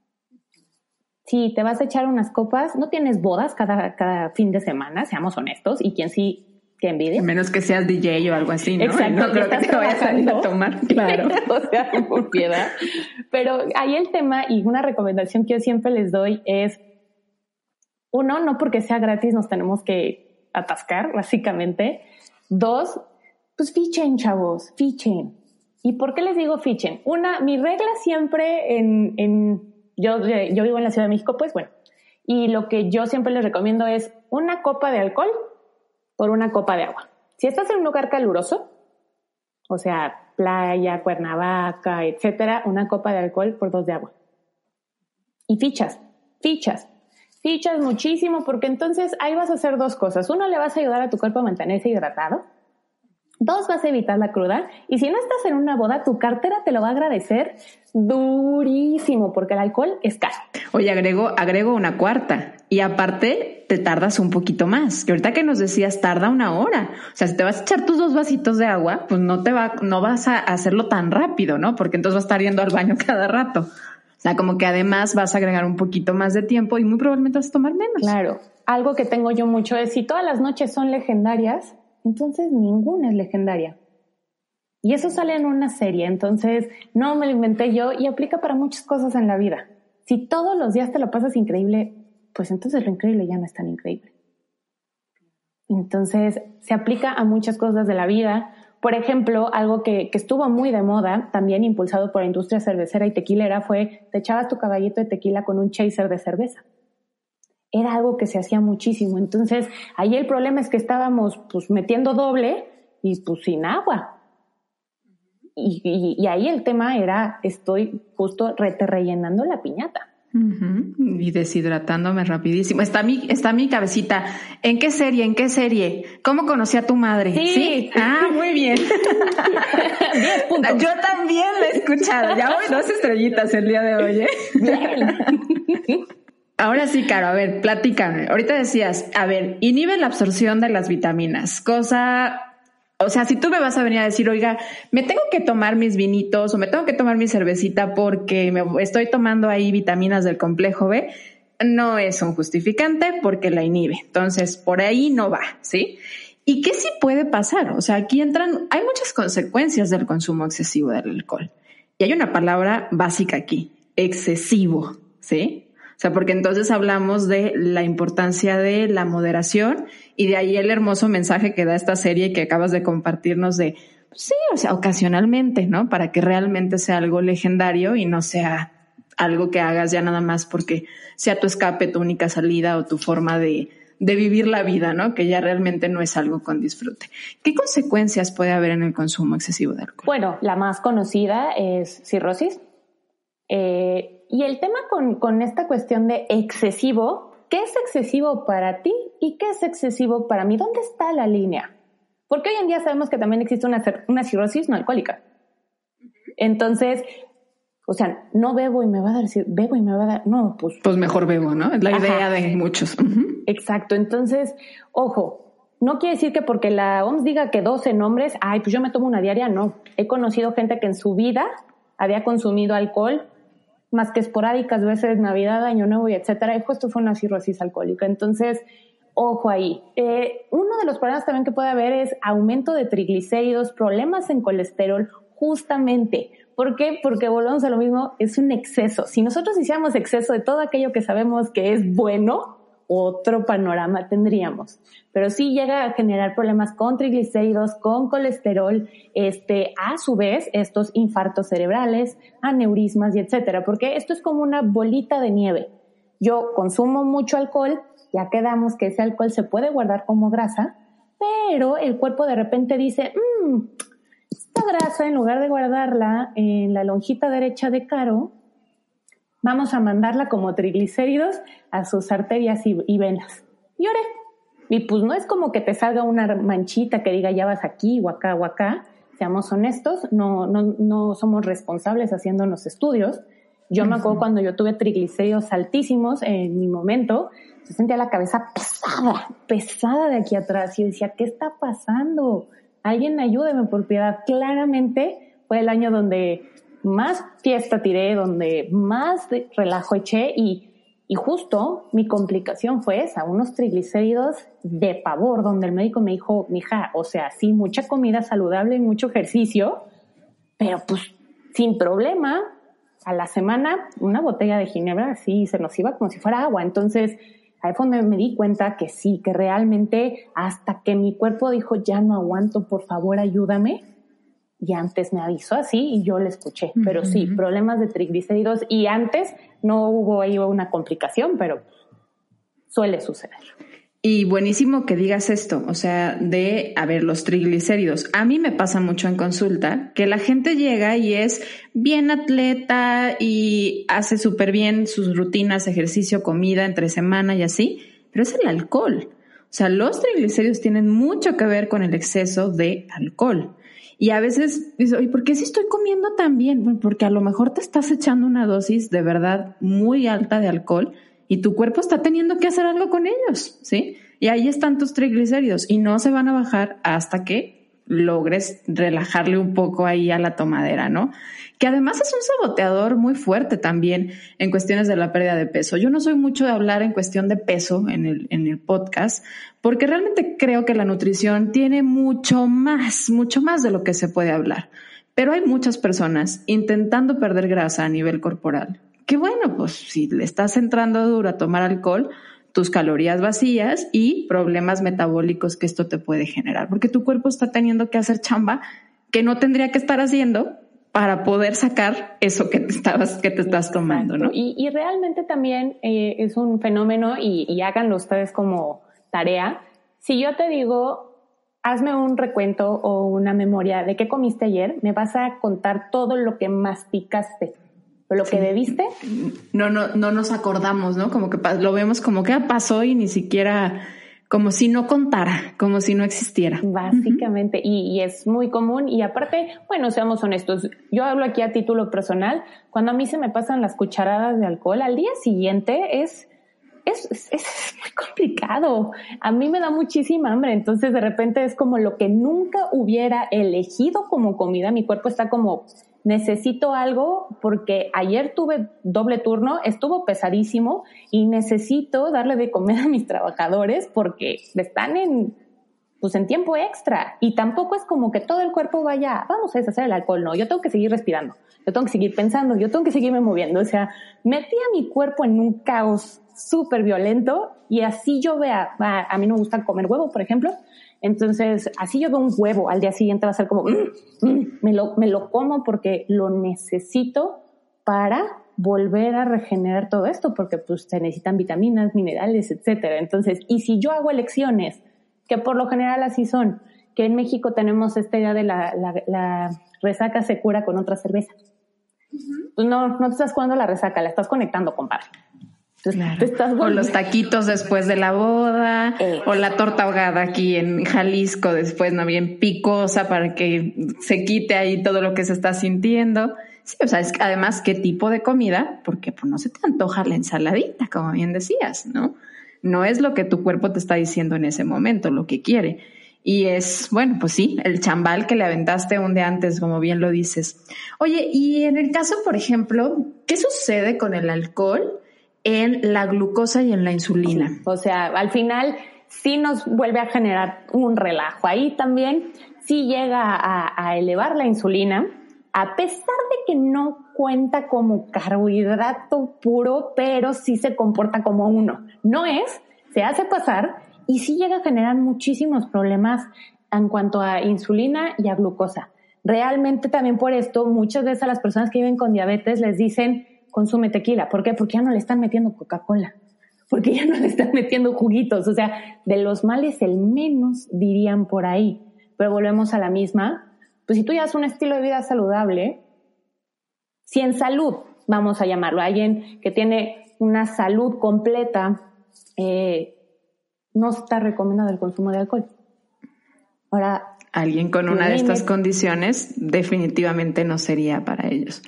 Si te vas a echar unas copas, no tienes bodas cada, cada fin de semana, seamos honestos, y quien sí, que envidia. A menos que seas D J o algo así, ¿no? Exacto. No creo que te vayas a salir a tomar, claro. O sea, por piedad. Pero ahí el tema, y una recomendación que yo siempre les doy es, uno, no porque sea gratis nos tenemos que atascar, básicamente. Dos, pues fichen, chavos, fichen. ¿Y por qué les digo fichen? Una, mi regla siempre en, en yo, yo vivo en la Ciudad de México, pues bueno, y lo que yo siempre les recomiendo es una copa de alcohol por una copa de agua. Si estás en un lugar caluroso, o sea, playa, Cuernavaca, etcétera, una copa de alcohol por dos de agua. Y fichas, fichas, fichas muchísimo, porque entonces ahí vas a hacer dos cosas. Uno, le vas a ayudar a tu cuerpo a mantenerse hidratado. Dos, vas a evitar la cruda. Y si no estás en una boda, tu cartera te lo va a agradecer durísimo, porque el alcohol es caro. Oye, agrego, agrego una cuarta. Y aparte, te tardas un poquito más. Que ahorita que nos decías, tarda una hora. O sea, si te vas a echar tus dos vasitos de agua, pues no te va, no vas a hacerlo tan rápido, ¿no? Porque entonces vas a estar yendo al baño cada rato. O sea, como que además vas a agregar un poquito más de tiempo y muy probablemente vas a tomar menos. Claro. Algo que tengo yo mucho es, si todas las noches son legendarias, entonces ninguna es legendaria. Y eso sale en una serie, entonces no me lo inventé yo y aplica para muchas cosas en la vida. Si todos los días te lo pasas increíble, pues entonces lo increíble ya no es tan increíble. Entonces se aplica a muchas cosas de la vida. Por ejemplo, algo que, que estuvo muy de moda, también impulsado por la industria cervecera y tequilera, fue te echabas tu caballito de tequila con un chaser de cerveza. Era algo que se hacía muchísimo. Entonces, ahí el problema es que estábamos pues metiendo doble y pues sin agua. Y, y, y ahí el tema era, estoy justo rete rellenando la piñata. Uh-huh. Y deshidratándome rapidísimo. Está mi, está mi cabecita. ¿En qué serie? ¿En qué serie? ¿Cómo conocí a tu madre? Sí. ¿Sí? Ah, muy bien. diez puntos. Yo también la he escuchado. Ya voy dos estrellitas el día de hoy, ¿eh? Bien. Ahora sí, Caro, a ver, platícame. Ahorita decías, a ver, inhibe la absorción de las vitaminas, cosa... O sea, si tú me vas a venir a decir, oiga, me tengo que tomar mis vinitos o me tengo que tomar mi cervecita porque me estoy tomando ahí vitaminas del complejo B, no es un justificante porque la inhibe. Entonces, por ahí no va, ¿sí? ¿Y qué sí puede pasar? O sea, aquí entran, hay muchas consecuencias del consumo excesivo del alcohol. Y hay una palabra básica aquí, excesivo, ¿sí? O sea, porque entonces hablamos de la importancia de la moderación y de ahí el hermoso mensaje que da esta serie que acabas de compartirnos de, pues sí, o sea, ocasionalmente, ¿no? Para que realmente sea algo legendario y no sea algo que hagas ya nada más porque sea tu escape, tu única salida o tu forma de, de vivir la vida, ¿no? Que ya realmente no es algo con disfrute. ¿Qué consecuencias puede haber en el consumo excesivo de alcohol? Bueno, la más conocida es cirrosis. Eh, y el tema con, con esta cuestión de excesivo, ¿qué es excesivo para ti y qué es excesivo para mí? ¿Dónde está la línea? Porque hoy en día sabemos que también existe una, una cirrosis no alcohólica. Entonces, o sea, no bebo y me va a dar, bebo y me va a dar, no, pues... Pues mejor bebo, ¿no? Es la Ajá. idea de muchos. Uh-huh. Exacto, entonces, ojo, no quiere decir que porque la O M S diga que doce nombres, ay, pues yo me tomo una diaria, no. He conocido gente que en su vida había consumido alcohol más que esporádicas veces, Navidad, Año Nuevo y etcétera, y justo fue una cirrosis alcohólica. Entonces, ojo ahí. Eh, uno de los problemas también que puede haber es aumento de triglicéridos, problemas en colesterol, justamente. ¿Por qué? Porque volvemos a lo mismo, es un exceso. Si nosotros hiciéramos exceso de todo aquello que sabemos que es bueno, otro panorama tendríamos. Pero sí llega a generar problemas con triglicéridos, con colesterol, este, a su vez, estos infartos cerebrales, aneurismas y etcétera, porque esto es como una bolita de nieve. Yo consumo mucho alcohol, ya quedamos que ese alcohol se puede guardar como grasa, pero el cuerpo de repente dice, mmm, esta grasa, en lugar de guardarla en la lonjita derecha de Caro, vamos a mandarla como triglicéridos a sus arterias y, y venas. Y oré. Y pues no es como que te salga una manchita que diga ya vas aquí o acá o acá. Seamos honestos, no, no, no somos responsables haciéndonos estudios. Yo me acuerdo cuando yo tuve triglicéridos altísimos en mi momento, yo sentía la cabeza pesada, pesada de aquí atrás. Y yo decía, ¿qué está pasando? Alguien ayúdeme por piedad. Claramente fue el año donde más fiesta tiré, donde más relajo eché y, y justo mi complicación fue esa, unos triglicéridos de pavor, donde el médico me dijo, mija, o sea, sí, mucha comida saludable y mucho ejercicio, pero pues sin problema, a la semana una botella de ginebra así se nos iba como si fuera agua. Entonces ahí fue donde me di cuenta que sí, que realmente hasta que mi cuerpo dijo, ya no aguanto, por favor ayúdame, y antes me avisó así y yo le escuché. Uh-huh. Pero sí, problemas de triglicéridos y antes no hubo ahí una complicación, pero suele suceder. Y buenísimo que digas esto, o sea, de, a ver, los triglicéridos. A mí me pasa mucho en consulta que la gente llega y es bien atleta y hace súper bien sus rutinas, ejercicio, comida entre semana y así, pero es el alcohol. O sea, los triglicéridos tienen mucho que ver con el exceso de alcohol. Y a veces dices, oye, ¿por qué si estoy comiendo tan bien? Bueno, porque a lo mejor te estás echando una dosis de verdad muy alta de alcohol y tu cuerpo está teniendo que hacer algo con ellos, ¿sí? Y ahí están tus triglicéridos y no se van a bajar hasta que logres relajarle un poco ahí a la tomadera, ¿no? Que además es un saboteador muy fuerte también en cuestiones de la pérdida de peso. Yo no soy mucho de hablar en cuestión de peso en el, en el podcast, porque realmente creo que la nutrición tiene mucho más, mucho más de lo que se puede hablar. Pero hay muchas personas intentando perder grasa a nivel corporal. Que bueno, pues si le estás entrando duro a tomar alcohol, tus calorías vacías y problemas metabólicos que esto te puede generar, porque tu cuerpo está teniendo que hacer chamba que no tendría que estar haciendo para poder sacar eso que te estabas, que te estás tomando, ¿no? Y, y realmente también eh, es un fenómeno y, y háganlo ustedes como tarea. Si yo te digo, hazme un recuento o una memoria de qué comiste ayer, me vas a contar todo lo que masticaste. Lo que sí. Bebiste. No, no, no nos acordamos, ¿no? Como que lo vemos como que pasó y ni siquiera, como si no contara, como si no existiera. Básicamente, uh-huh. y, y es muy común. Y aparte, bueno, seamos honestos, yo hablo aquí a título personal, cuando a mí se me pasan las cucharadas de alcohol, al día siguiente es, es, es, es muy complicado. A mí me da muchísima hambre, entonces de repente es como lo que nunca hubiera elegido como comida, mi cuerpo está como... necesito algo porque ayer tuve doble turno, estuvo pesadísimo y necesito darle de comer a mis trabajadores porque están en, pues en tiempo extra y tampoco es como que todo el cuerpo vaya, vamos a deshacer el alcohol, no, yo tengo que seguir respirando, yo tengo que seguir pensando, yo tengo que seguirme moviendo, o sea, metí a mi cuerpo en un caos súper violento y así yo vea, a, a mí no me gusta comer huevo, por ejemplo. Entonces, así yo veo un huevo, al día siguiente va a ser como, mm, mm, me lo, me lo como porque lo necesito para volver a regenerar todo esto, porque pues se necesitan vitaminas, minerales, etcétera. Entonces, y si yo hago elecciones, que por lo general así son, que en México tenemos esta idea de la, la, la resaca se cura con otra cerveza. Uh-huh. Pues no, no te estás curando la resaca, la estás conectando, compadre. Claro. O los taquitos después de la boda, eh. o la torta ahogada aquí en Jalisco después, ¿no? Bien picosa para que se quite ahí todo lo que se está sintiendo. Sí, o sea, es que además, ¿qué tipo de comida? Porque pues no se te antoja la ensaladita, como bien decías, ¿no? No es lo que tu cuerpo te está diciendo en ese momento, lo que quiere. Y es, bueno, pues sí, el chambal que le aventaste un día antes, como bien lo dices. Oye, y en el caso, por ejemplo, ¿qué sucede con el alcohol en la glucosa y en la insulina? Sí, o sea, al final sí nos vuelve a generar un relajo. Ahí también sí llega a, a elevar la insulina, a pesar de que no cuenta como carbohidrato puro, pero sí se comporta como uno. No es, se hace pasar y sí llega a generar muchísimos problemas en cuanto a insulina y a glucosa. Realmente también por esto, muchas veces a las personas que viven con diabetes les dicen consume tequila. ¿Por qué? Porque ya no le están metiendo Coca-Cola. Porque ya no le están metiendo juguitos. O sea, de los males el menos, dirían por ahí. Pero volvemos a la misma. Pues si tú llevas un estilo de vida saludable, si en salud, vamos a llamarlo, alguien que tiene una salud completa, eh, no está recomendado el consumo de alcohol. Ahora, alguien con una de estas condiciones definitivamente no sería para ellos.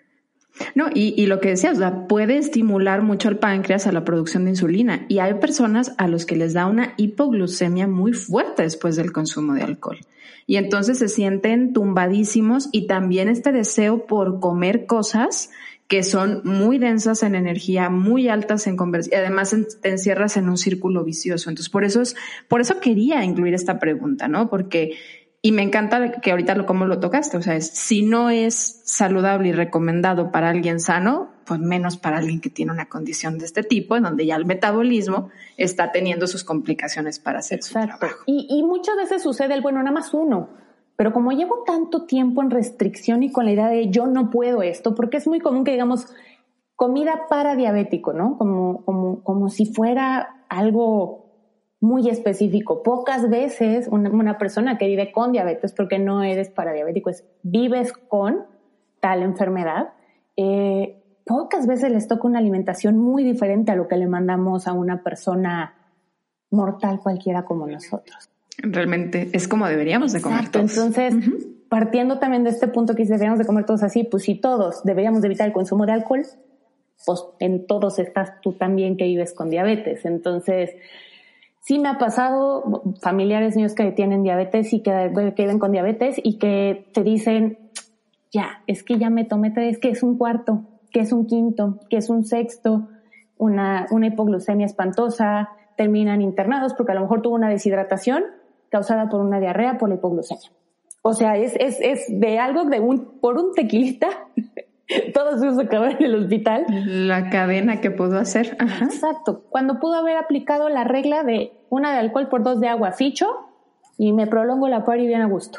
No, y, y lo que decías, o sea, puede estimular mucho al páncreas a la producción de insulina y hay personas a los que les da una hipoglucemia muy fuerte después del consumo de alcohol y entonces se sienten tumbadísimos y también este deseo por comer cosas que son muy densas en energía, muy altas en conversión y además te encierras en un círculo vicioso. Entonces por eso es, por eso quería incluir esta pregunta, ¿no? Porque y me encanta que ahorita lo como lo tocaste, o sea, es, si no es saludable y recomendado para alguien sano, pues menos para alguien que tiene una condición de este tipo, en donde ya el metabolismo está teniendo sus complicaciones para hacer Exacto. su trabajo. Y, y muchas veces sucede el, bueno, nada más uno. Pero como llevo tanto tiempo en restricción y con la idea de yo no puedo esto, porque es muy común que digamos comida para diabético, ¿no? Como, como, como si fuera algo muy específico. Pocas veces una, una persona que vive con diabetes, porque no eres para diabético, es vives con tal enfermedad, eh, pocas veces les toca una alimentación muy diferente a lo que le mandamos a una persona mortal cualquiera como nosotros. Realmente es como deberíamos de comer. Exacto, todos. Entonces, uh-huh. partiendo también de este punto que deberíamos de comer todos así, pues si todos deberíamos de evitar el consumo de alcohol, pues en todos estás tú también que vives con diabetes. Entonces, sí me ha pasado familiares míos que tienen diabetes y que, que viven con diabetes y que te dicen, ya, es que ya me tomé tres, que es un cuarto, que es un quinto, que es un sexto, una, una hipoglucemia espantosa, terminan internados porque a lo mejor tuvo una deshidratación causada por una diarrea por la hipoglucemia. O sea, es, es, es de algo de un, por un tequilita, todos se acabaron en el hospital. La cadena que pudo hacer. Ajá. Exacto. Cuando pudo haber aplicado la regla de una de alcohol por dos de agua, ficho, y me prolongo la party bien a gusto.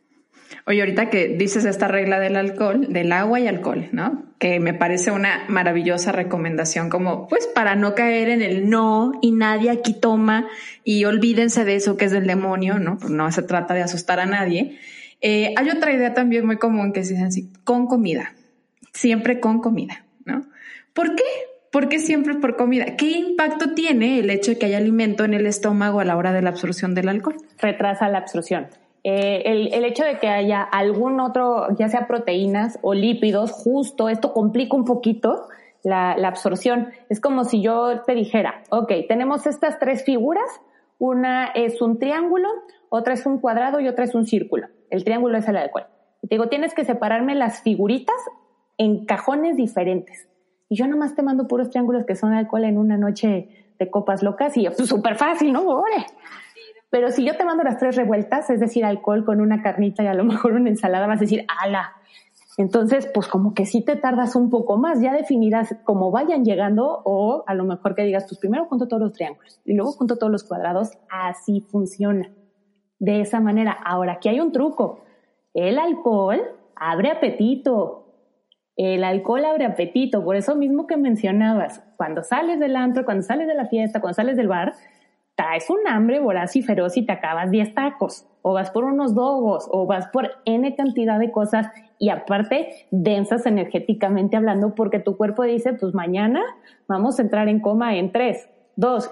Oye, ahorita que dices esta regla del alcohol, del agua y alcohol, ¿no? Que me parece una maravillosa recomendación como, pues, para no caer en el no y nadie aquí toma y olvídense de eso que es del demonio, ¿no? Pues no se trata de asustar a nadie. Eh, hay otra idea también muy común que se dice así, con comida, siempre con comida, ¿no? ¿Por qué? ¿Por qué siempre por comida? ¿Qué impacto tiene el hecho de que haya alimento en el estómago a la hora de la absorción del alcohol? Retrasa la absorción. Eh, el, el hecho de que haya algún otro, ya sea proteínas o lípidos, justo esto complica un poquito la, la absorción. Es como si yo te dijera, ok, tenemos estas tres figuras, una es un triángulo, otra es un cuadrado y otra es un círculo. El triángulo es el alcohol. Y te digo, tienes que separarme las figuritas en cajones diferentes. Y yo nomás te mando puros triángulos que son alcohol en una noche de copas locas y pues súper fácil, ¿no? ¡Ore! Pero si yo te mando las tres revueltas, es decir, alcohol con una carnita y a lo mejor una ensalada, vas a decir, ¡ala! Entonces, pues como que sí te tardas un poco más. Ya definirás cómo vayan llegando o a lo mejor que digas, pues primero junto todos los triángulos y luego junto todos los cuadrados. Así funciona. De esa manera. Ahora, aquí hay un truco. El alcohol abre apetito. El alcohol abre apetito. Por eso mismo que mencionabas, cuando sales del antro, cuando sales de la fiesta, cuando sales del bar, traes un hambre voraz y feroz y te acabas diez tacos, o vas por unos dogos, o vas por N cantidad de cosas, y aparte densas energéticamente hablando, porque tu cuerpo dice, pues mañana vamos a entrar en coma en tres, dos,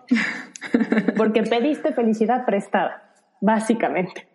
porque pediste felicidad prestada, básicamente.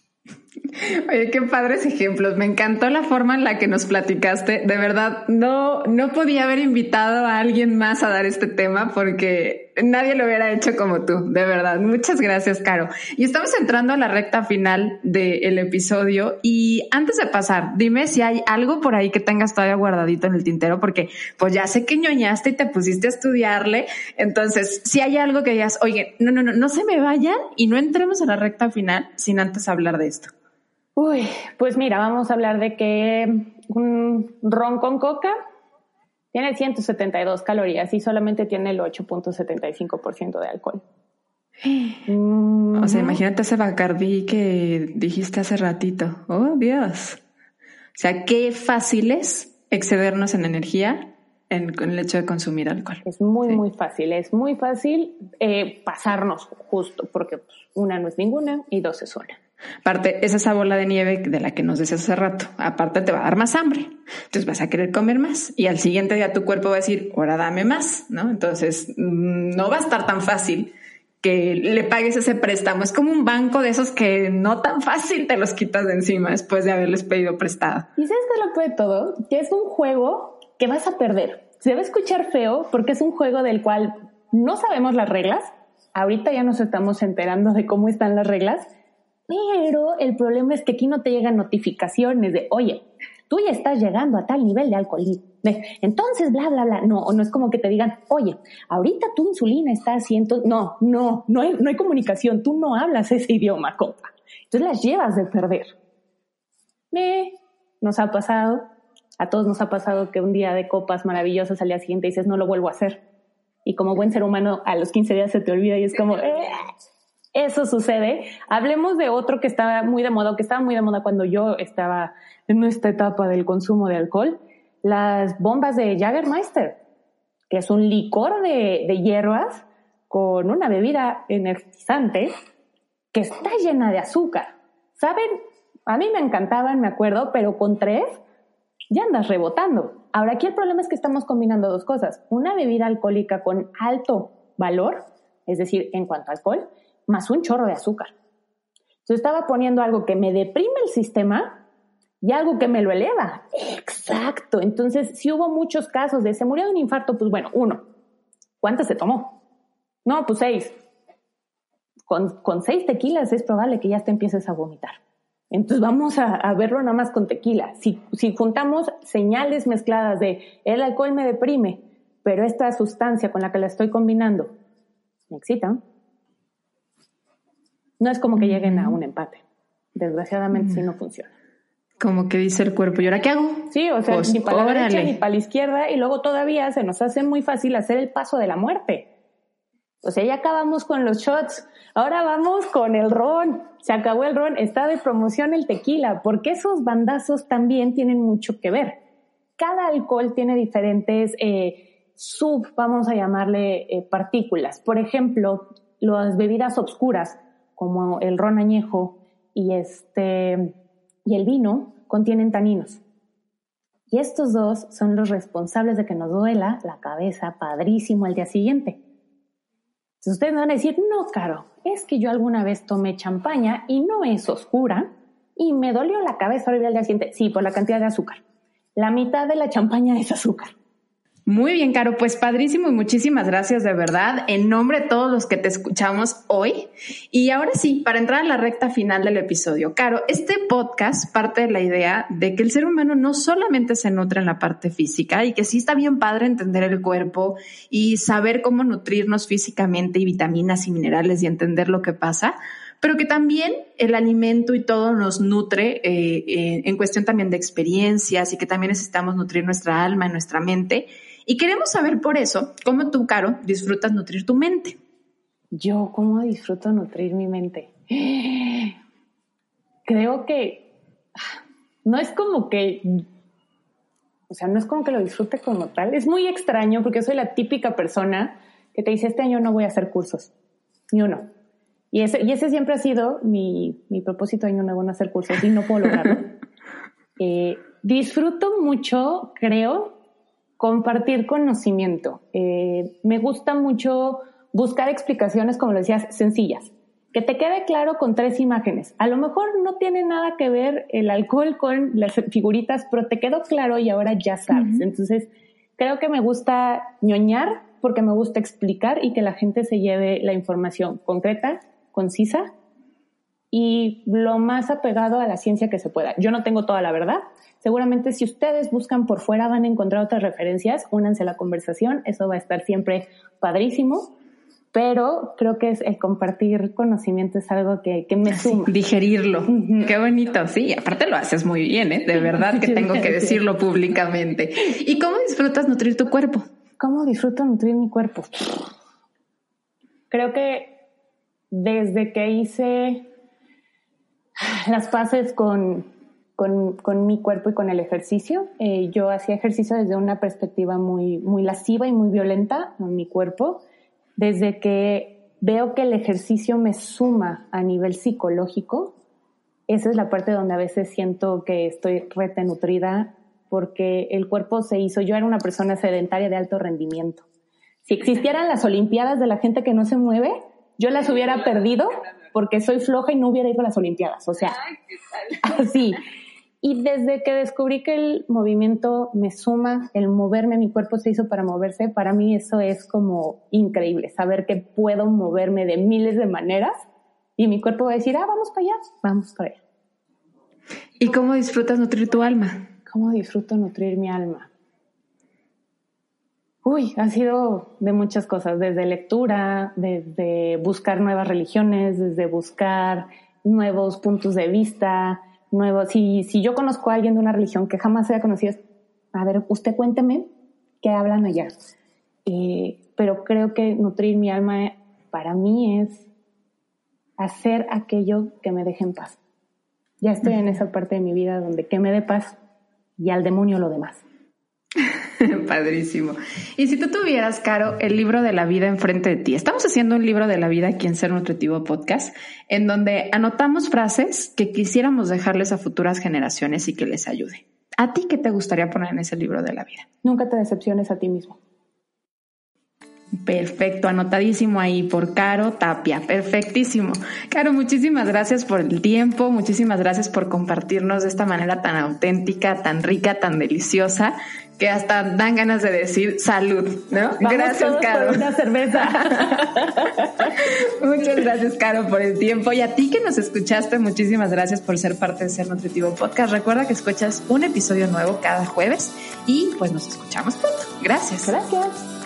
Oye, qué padres ejemplos. Me encantó la forma en la que nos platicaste. De verdad, no, no podía haber invitado a alguien más a dar este tema porque nadie lo hubiera hecho como tú. De verdad. Muchas gracias, Caro. Y estamos entrando a la recta final del episodio. Y antes de pasar, dime si hay algo por ahí que tengas todavía guardadito en el tintero, porque pues ya sé que ñoñaste y te pusiste a estudiarle. Entonces, si hay algo que digas, oye, no, no, no, no se me vayan y no entremos a la recta final sin antes hablar de esto. Uy, pues mira, vamos a hablar de que un ron con coca tiene ciento setenta y dos calorías y solamente tiene el ocho punto setenta y cinco por ciento de alcohol. Mm-hmm. O sea, imagínate ese Bacardí que dijiste hace ratito. Oh, Dios. O sea, qué fácil es excedernos en energía en, en el hecho de consumir alcohol. Es muy, sí. muy fácil. Es muy fácil eh, pasarnos justo porque pues, una no es ninguna y dos es una. Aparte, es esa bola de nieve de la que nos decías hace rato. Aparte te va a dar más hambre. Entonces vas a querer comer más. Y al siguiente día tu cuerpo va a decir, ahora dame más, ¿no? Entonces no va a estar tan fácil que le pagues ese préstamo. Es como un banco de esos que no tan fácil te los quitas de encima después de haberles pedido prestado. ¿Y sabes qué es lo peor de todo? Que es un juego que vas a perder. Se va a escuchar feo porque es un juego del cual no sabemos las reglas. Ahorita ya nos estamos enterando de cómo están las reglas. Pero el problema es que aquí no te llegan notificaciones de, oye, tú ya estás llegando a tal nivel de alcoholismo. Entonces, bla, bla, bla. No, no es como que te digan, oye, ahorita tu insulina está a ciento. No, no, no hay, no hay comunicación. Tú no hablas ese idioma, compa. Entonces las llevas de perder. Eh, nos ha pasado, a todos nos ha pasado que un día de copas maravillosas al día siguiente dices, no lo vuelvo a hacer. Y como buen ser humano, a los quince días se te olvida y es como, eh, Eso sucede. Hablemos de otro que estaba muy de moda, que estaba muy de moda cuando yo estaba en esta etapa del consumo de alcohol, las bombas de Jägermeister, que es un licor de, de hierbas con una bebida energizante que está llena de azúcar. ¿Saben? A mí me encantaban, me acuerdo, pero con tres ya andas rebotando. Ahora, aquí el problema es que estamos combinando dos cosas. Una bebida alcohólica con alto valor, es decir, en cuanto a alcohol, más un chorro de azúcar. Yo estaba poniendo algo que me deprime el sistema y algo que me lo eleva. Exacto. Entonces, si hubo muchos casos de se murió de un infarto, pues bueno, uno. ¿Cuántas se tomó? No, pues seis. Con, con seis tequilas es probable que ya te empieces a vomitar. Entonces vamos a, a verlo nada más con tequila. Si, si juntamos señales mezcladas de el alcohol me deprime, pero esta sustancia con la que la estoy combinando me excita, no es como que lleguen a un empate. Desgraciadamente, sí no funciona. Como que dice el cuerpo, ¿y ahora qué hago? Sí, o sea, Pues, ni para la órale. derecha ni para la izquierda, y luego todavía se nos hace muy fácil hacer el paso de la muerte. O sea, ya acabamos con los shots, ahora vamos con el ron. Se acabó el ron, está de promoción el tequila, porque esos bandazos también tienen mucho que ver. Cada alcohol tiene diferentes eh, sub, vamos a llamarle, eh, partículas. Por ejemplo, las bebidas obscuras, como el ron añejo y, este, y el vino, contienen taninos. Y estos dos son los responsables de que nos duela la cabeza padrísimo al día siguiente. Entonces ustedes me van a decir, no, Caro, es que yo alguna vez tomé champaña y no es oscura y me dolió la cabeza horrible al día siguiente. Sí, por la cantidad de azúcar. La mitad de la champaña es azúcar. Muy bien, Caro, pues padrísimo y muchísimas gracias de verdad en nombre de todos los que te escuchamos hoy. Y ahora sí, para entrar a la recta final del episodio, Caro, este podcast parte de la idea de que el ser humano no solamente se nutre en la parte física y que sí está bien padre entender el cuerpo y saber cómo nutrirnos físicamente y vitaminas y minerales y entender lo que pasa, pero que también el alimento y todo nos nutre eh, eh, en cuestión también de experiencias y que también necesitamos nutrir nuestra alma y nuestra mente. Y queremos saber por eso cómo tú, Caro, disfrutas nutrir tu mente. Yo, ¿cómo disfruto nutrir mi mente? Creo que no es como que, o sea, no es como que lo disfrute como tal. Es muy extraño porque yo soy la típica persona que te dice, este año no voy a hacer cursos, ni uno. Y ese, y ese siempre ha sido mi, mi propósito de año nuevo, no hacer cursos, y no puedo lograrlo. eh, disfruto mucho, creo, compartir conocimiento. Eh, me gusta mucho buscar explicaciones, como lo decías, sencillas. Que te quede claro con tres imágenes. A lo mejor no tiene nada que ver el alcohol con las figuritas, pero te quedó claro y ahora ya sabes. Uh-huh. Entonces, creo que me gusta ñoñar porque me gusta explicar y que la gente se lleve la información concreta, concisa y lo más apegado a la ciencia que se pueda. Yo no tengo toda la verdad. Seguramente si ustedes buscan por fuera van a encontrar otras referencias. Únanse a la conversación. Eso va a estar siempre padrísimo. Pero creo que es el compartir conocimiento es algo que, que me suma. Sí, digerirlo. Uh-huh. Qué bonito. Sí, aparte lo haces muy bien, ¿eh? De verdad que tengo que decirlo públicamente. ¿Y cómo disfrutas nutrir tu cuerpo? ¿Cómo disfruto nutrir mi cuerpo? Creo que desde que hice las paces con, con, con mi cuerpo y con el ejercicio, eh, yo hacía ejercicio desde una perspectiva muy, muy lasciva y muy violenta a mi cuerpo. Desde que veo que el ejercicio me suma a nivel psicológico, esa es la parte donde a veces siento que estoy retenutrida porque el cuerpo se hizo, yo era una persona sedentaria de alto rendimiento. Si existieran las olimpiadas de la gente que no se mueve, yo las hubiera perdido porque soy floja y no hubiera ido a las olimpiadas. O sea, así. Y desde que descubrí que el movimiento me suma, el moverme, mi cuerpo se hizo para moverse, para mí eso es como increíble, saber que puedo moverme de miles de maneras y mi cuerpo va a decir, ah, vamos para allá, vamos para allá. ¿Y cómo disfrutas nutrir tu alma? ¿Cómo disfruto nutrir mi alma? Uy, ha sido de muchas cosas, desde lectura, desde buscar nuevas religiones, desde buscar nuevos puntos de vista, nuevo. Si, si yo conozco a alguien de una religión que jamás haya conocido, a ver, usted cuénteme qué hablan allá. Eh, pero creo que nutrir mi alma para mí es hacer aquello que me deje en paz. Ya estoy en esa parte de mi vida donde que me dé paz y al demonio lo demás. Padrísimo. Y si tú tuvieras, Caro, el libro de la vida enfrente de ti, estamos haciendo un libro de la vida aquí en Ser Nutritivo Podcast, en donde anotamos frases que quisiéramos dejarles a futuras generaciones y que les ayude. ¿A ti qué te gustaría poner en ese libro de la vida? Nunca te decepciones a ti mismo. Perfecto, anotadísimo ahí por Caro Tapia, perfectísimo. Caro, muchísimas gracias por el tiempo, muchísimas gracias por compartirnos de esta manera tan auténtica, tan rica, tan deliciosa, que hasta dan ganas de decir salud, ¿no? Vamos gracias, todos Caro. Por una cerveza. Muchas gracias, Caro, por el tiempo. Y a ti que nos escuchaste, muchísimas gracias por ser parte de Ser Nutritivo Podcast. Recuerda que escuchas un episodio nuevo cada jueves y pues nos escuchamos pronto. Gracias. Gracias.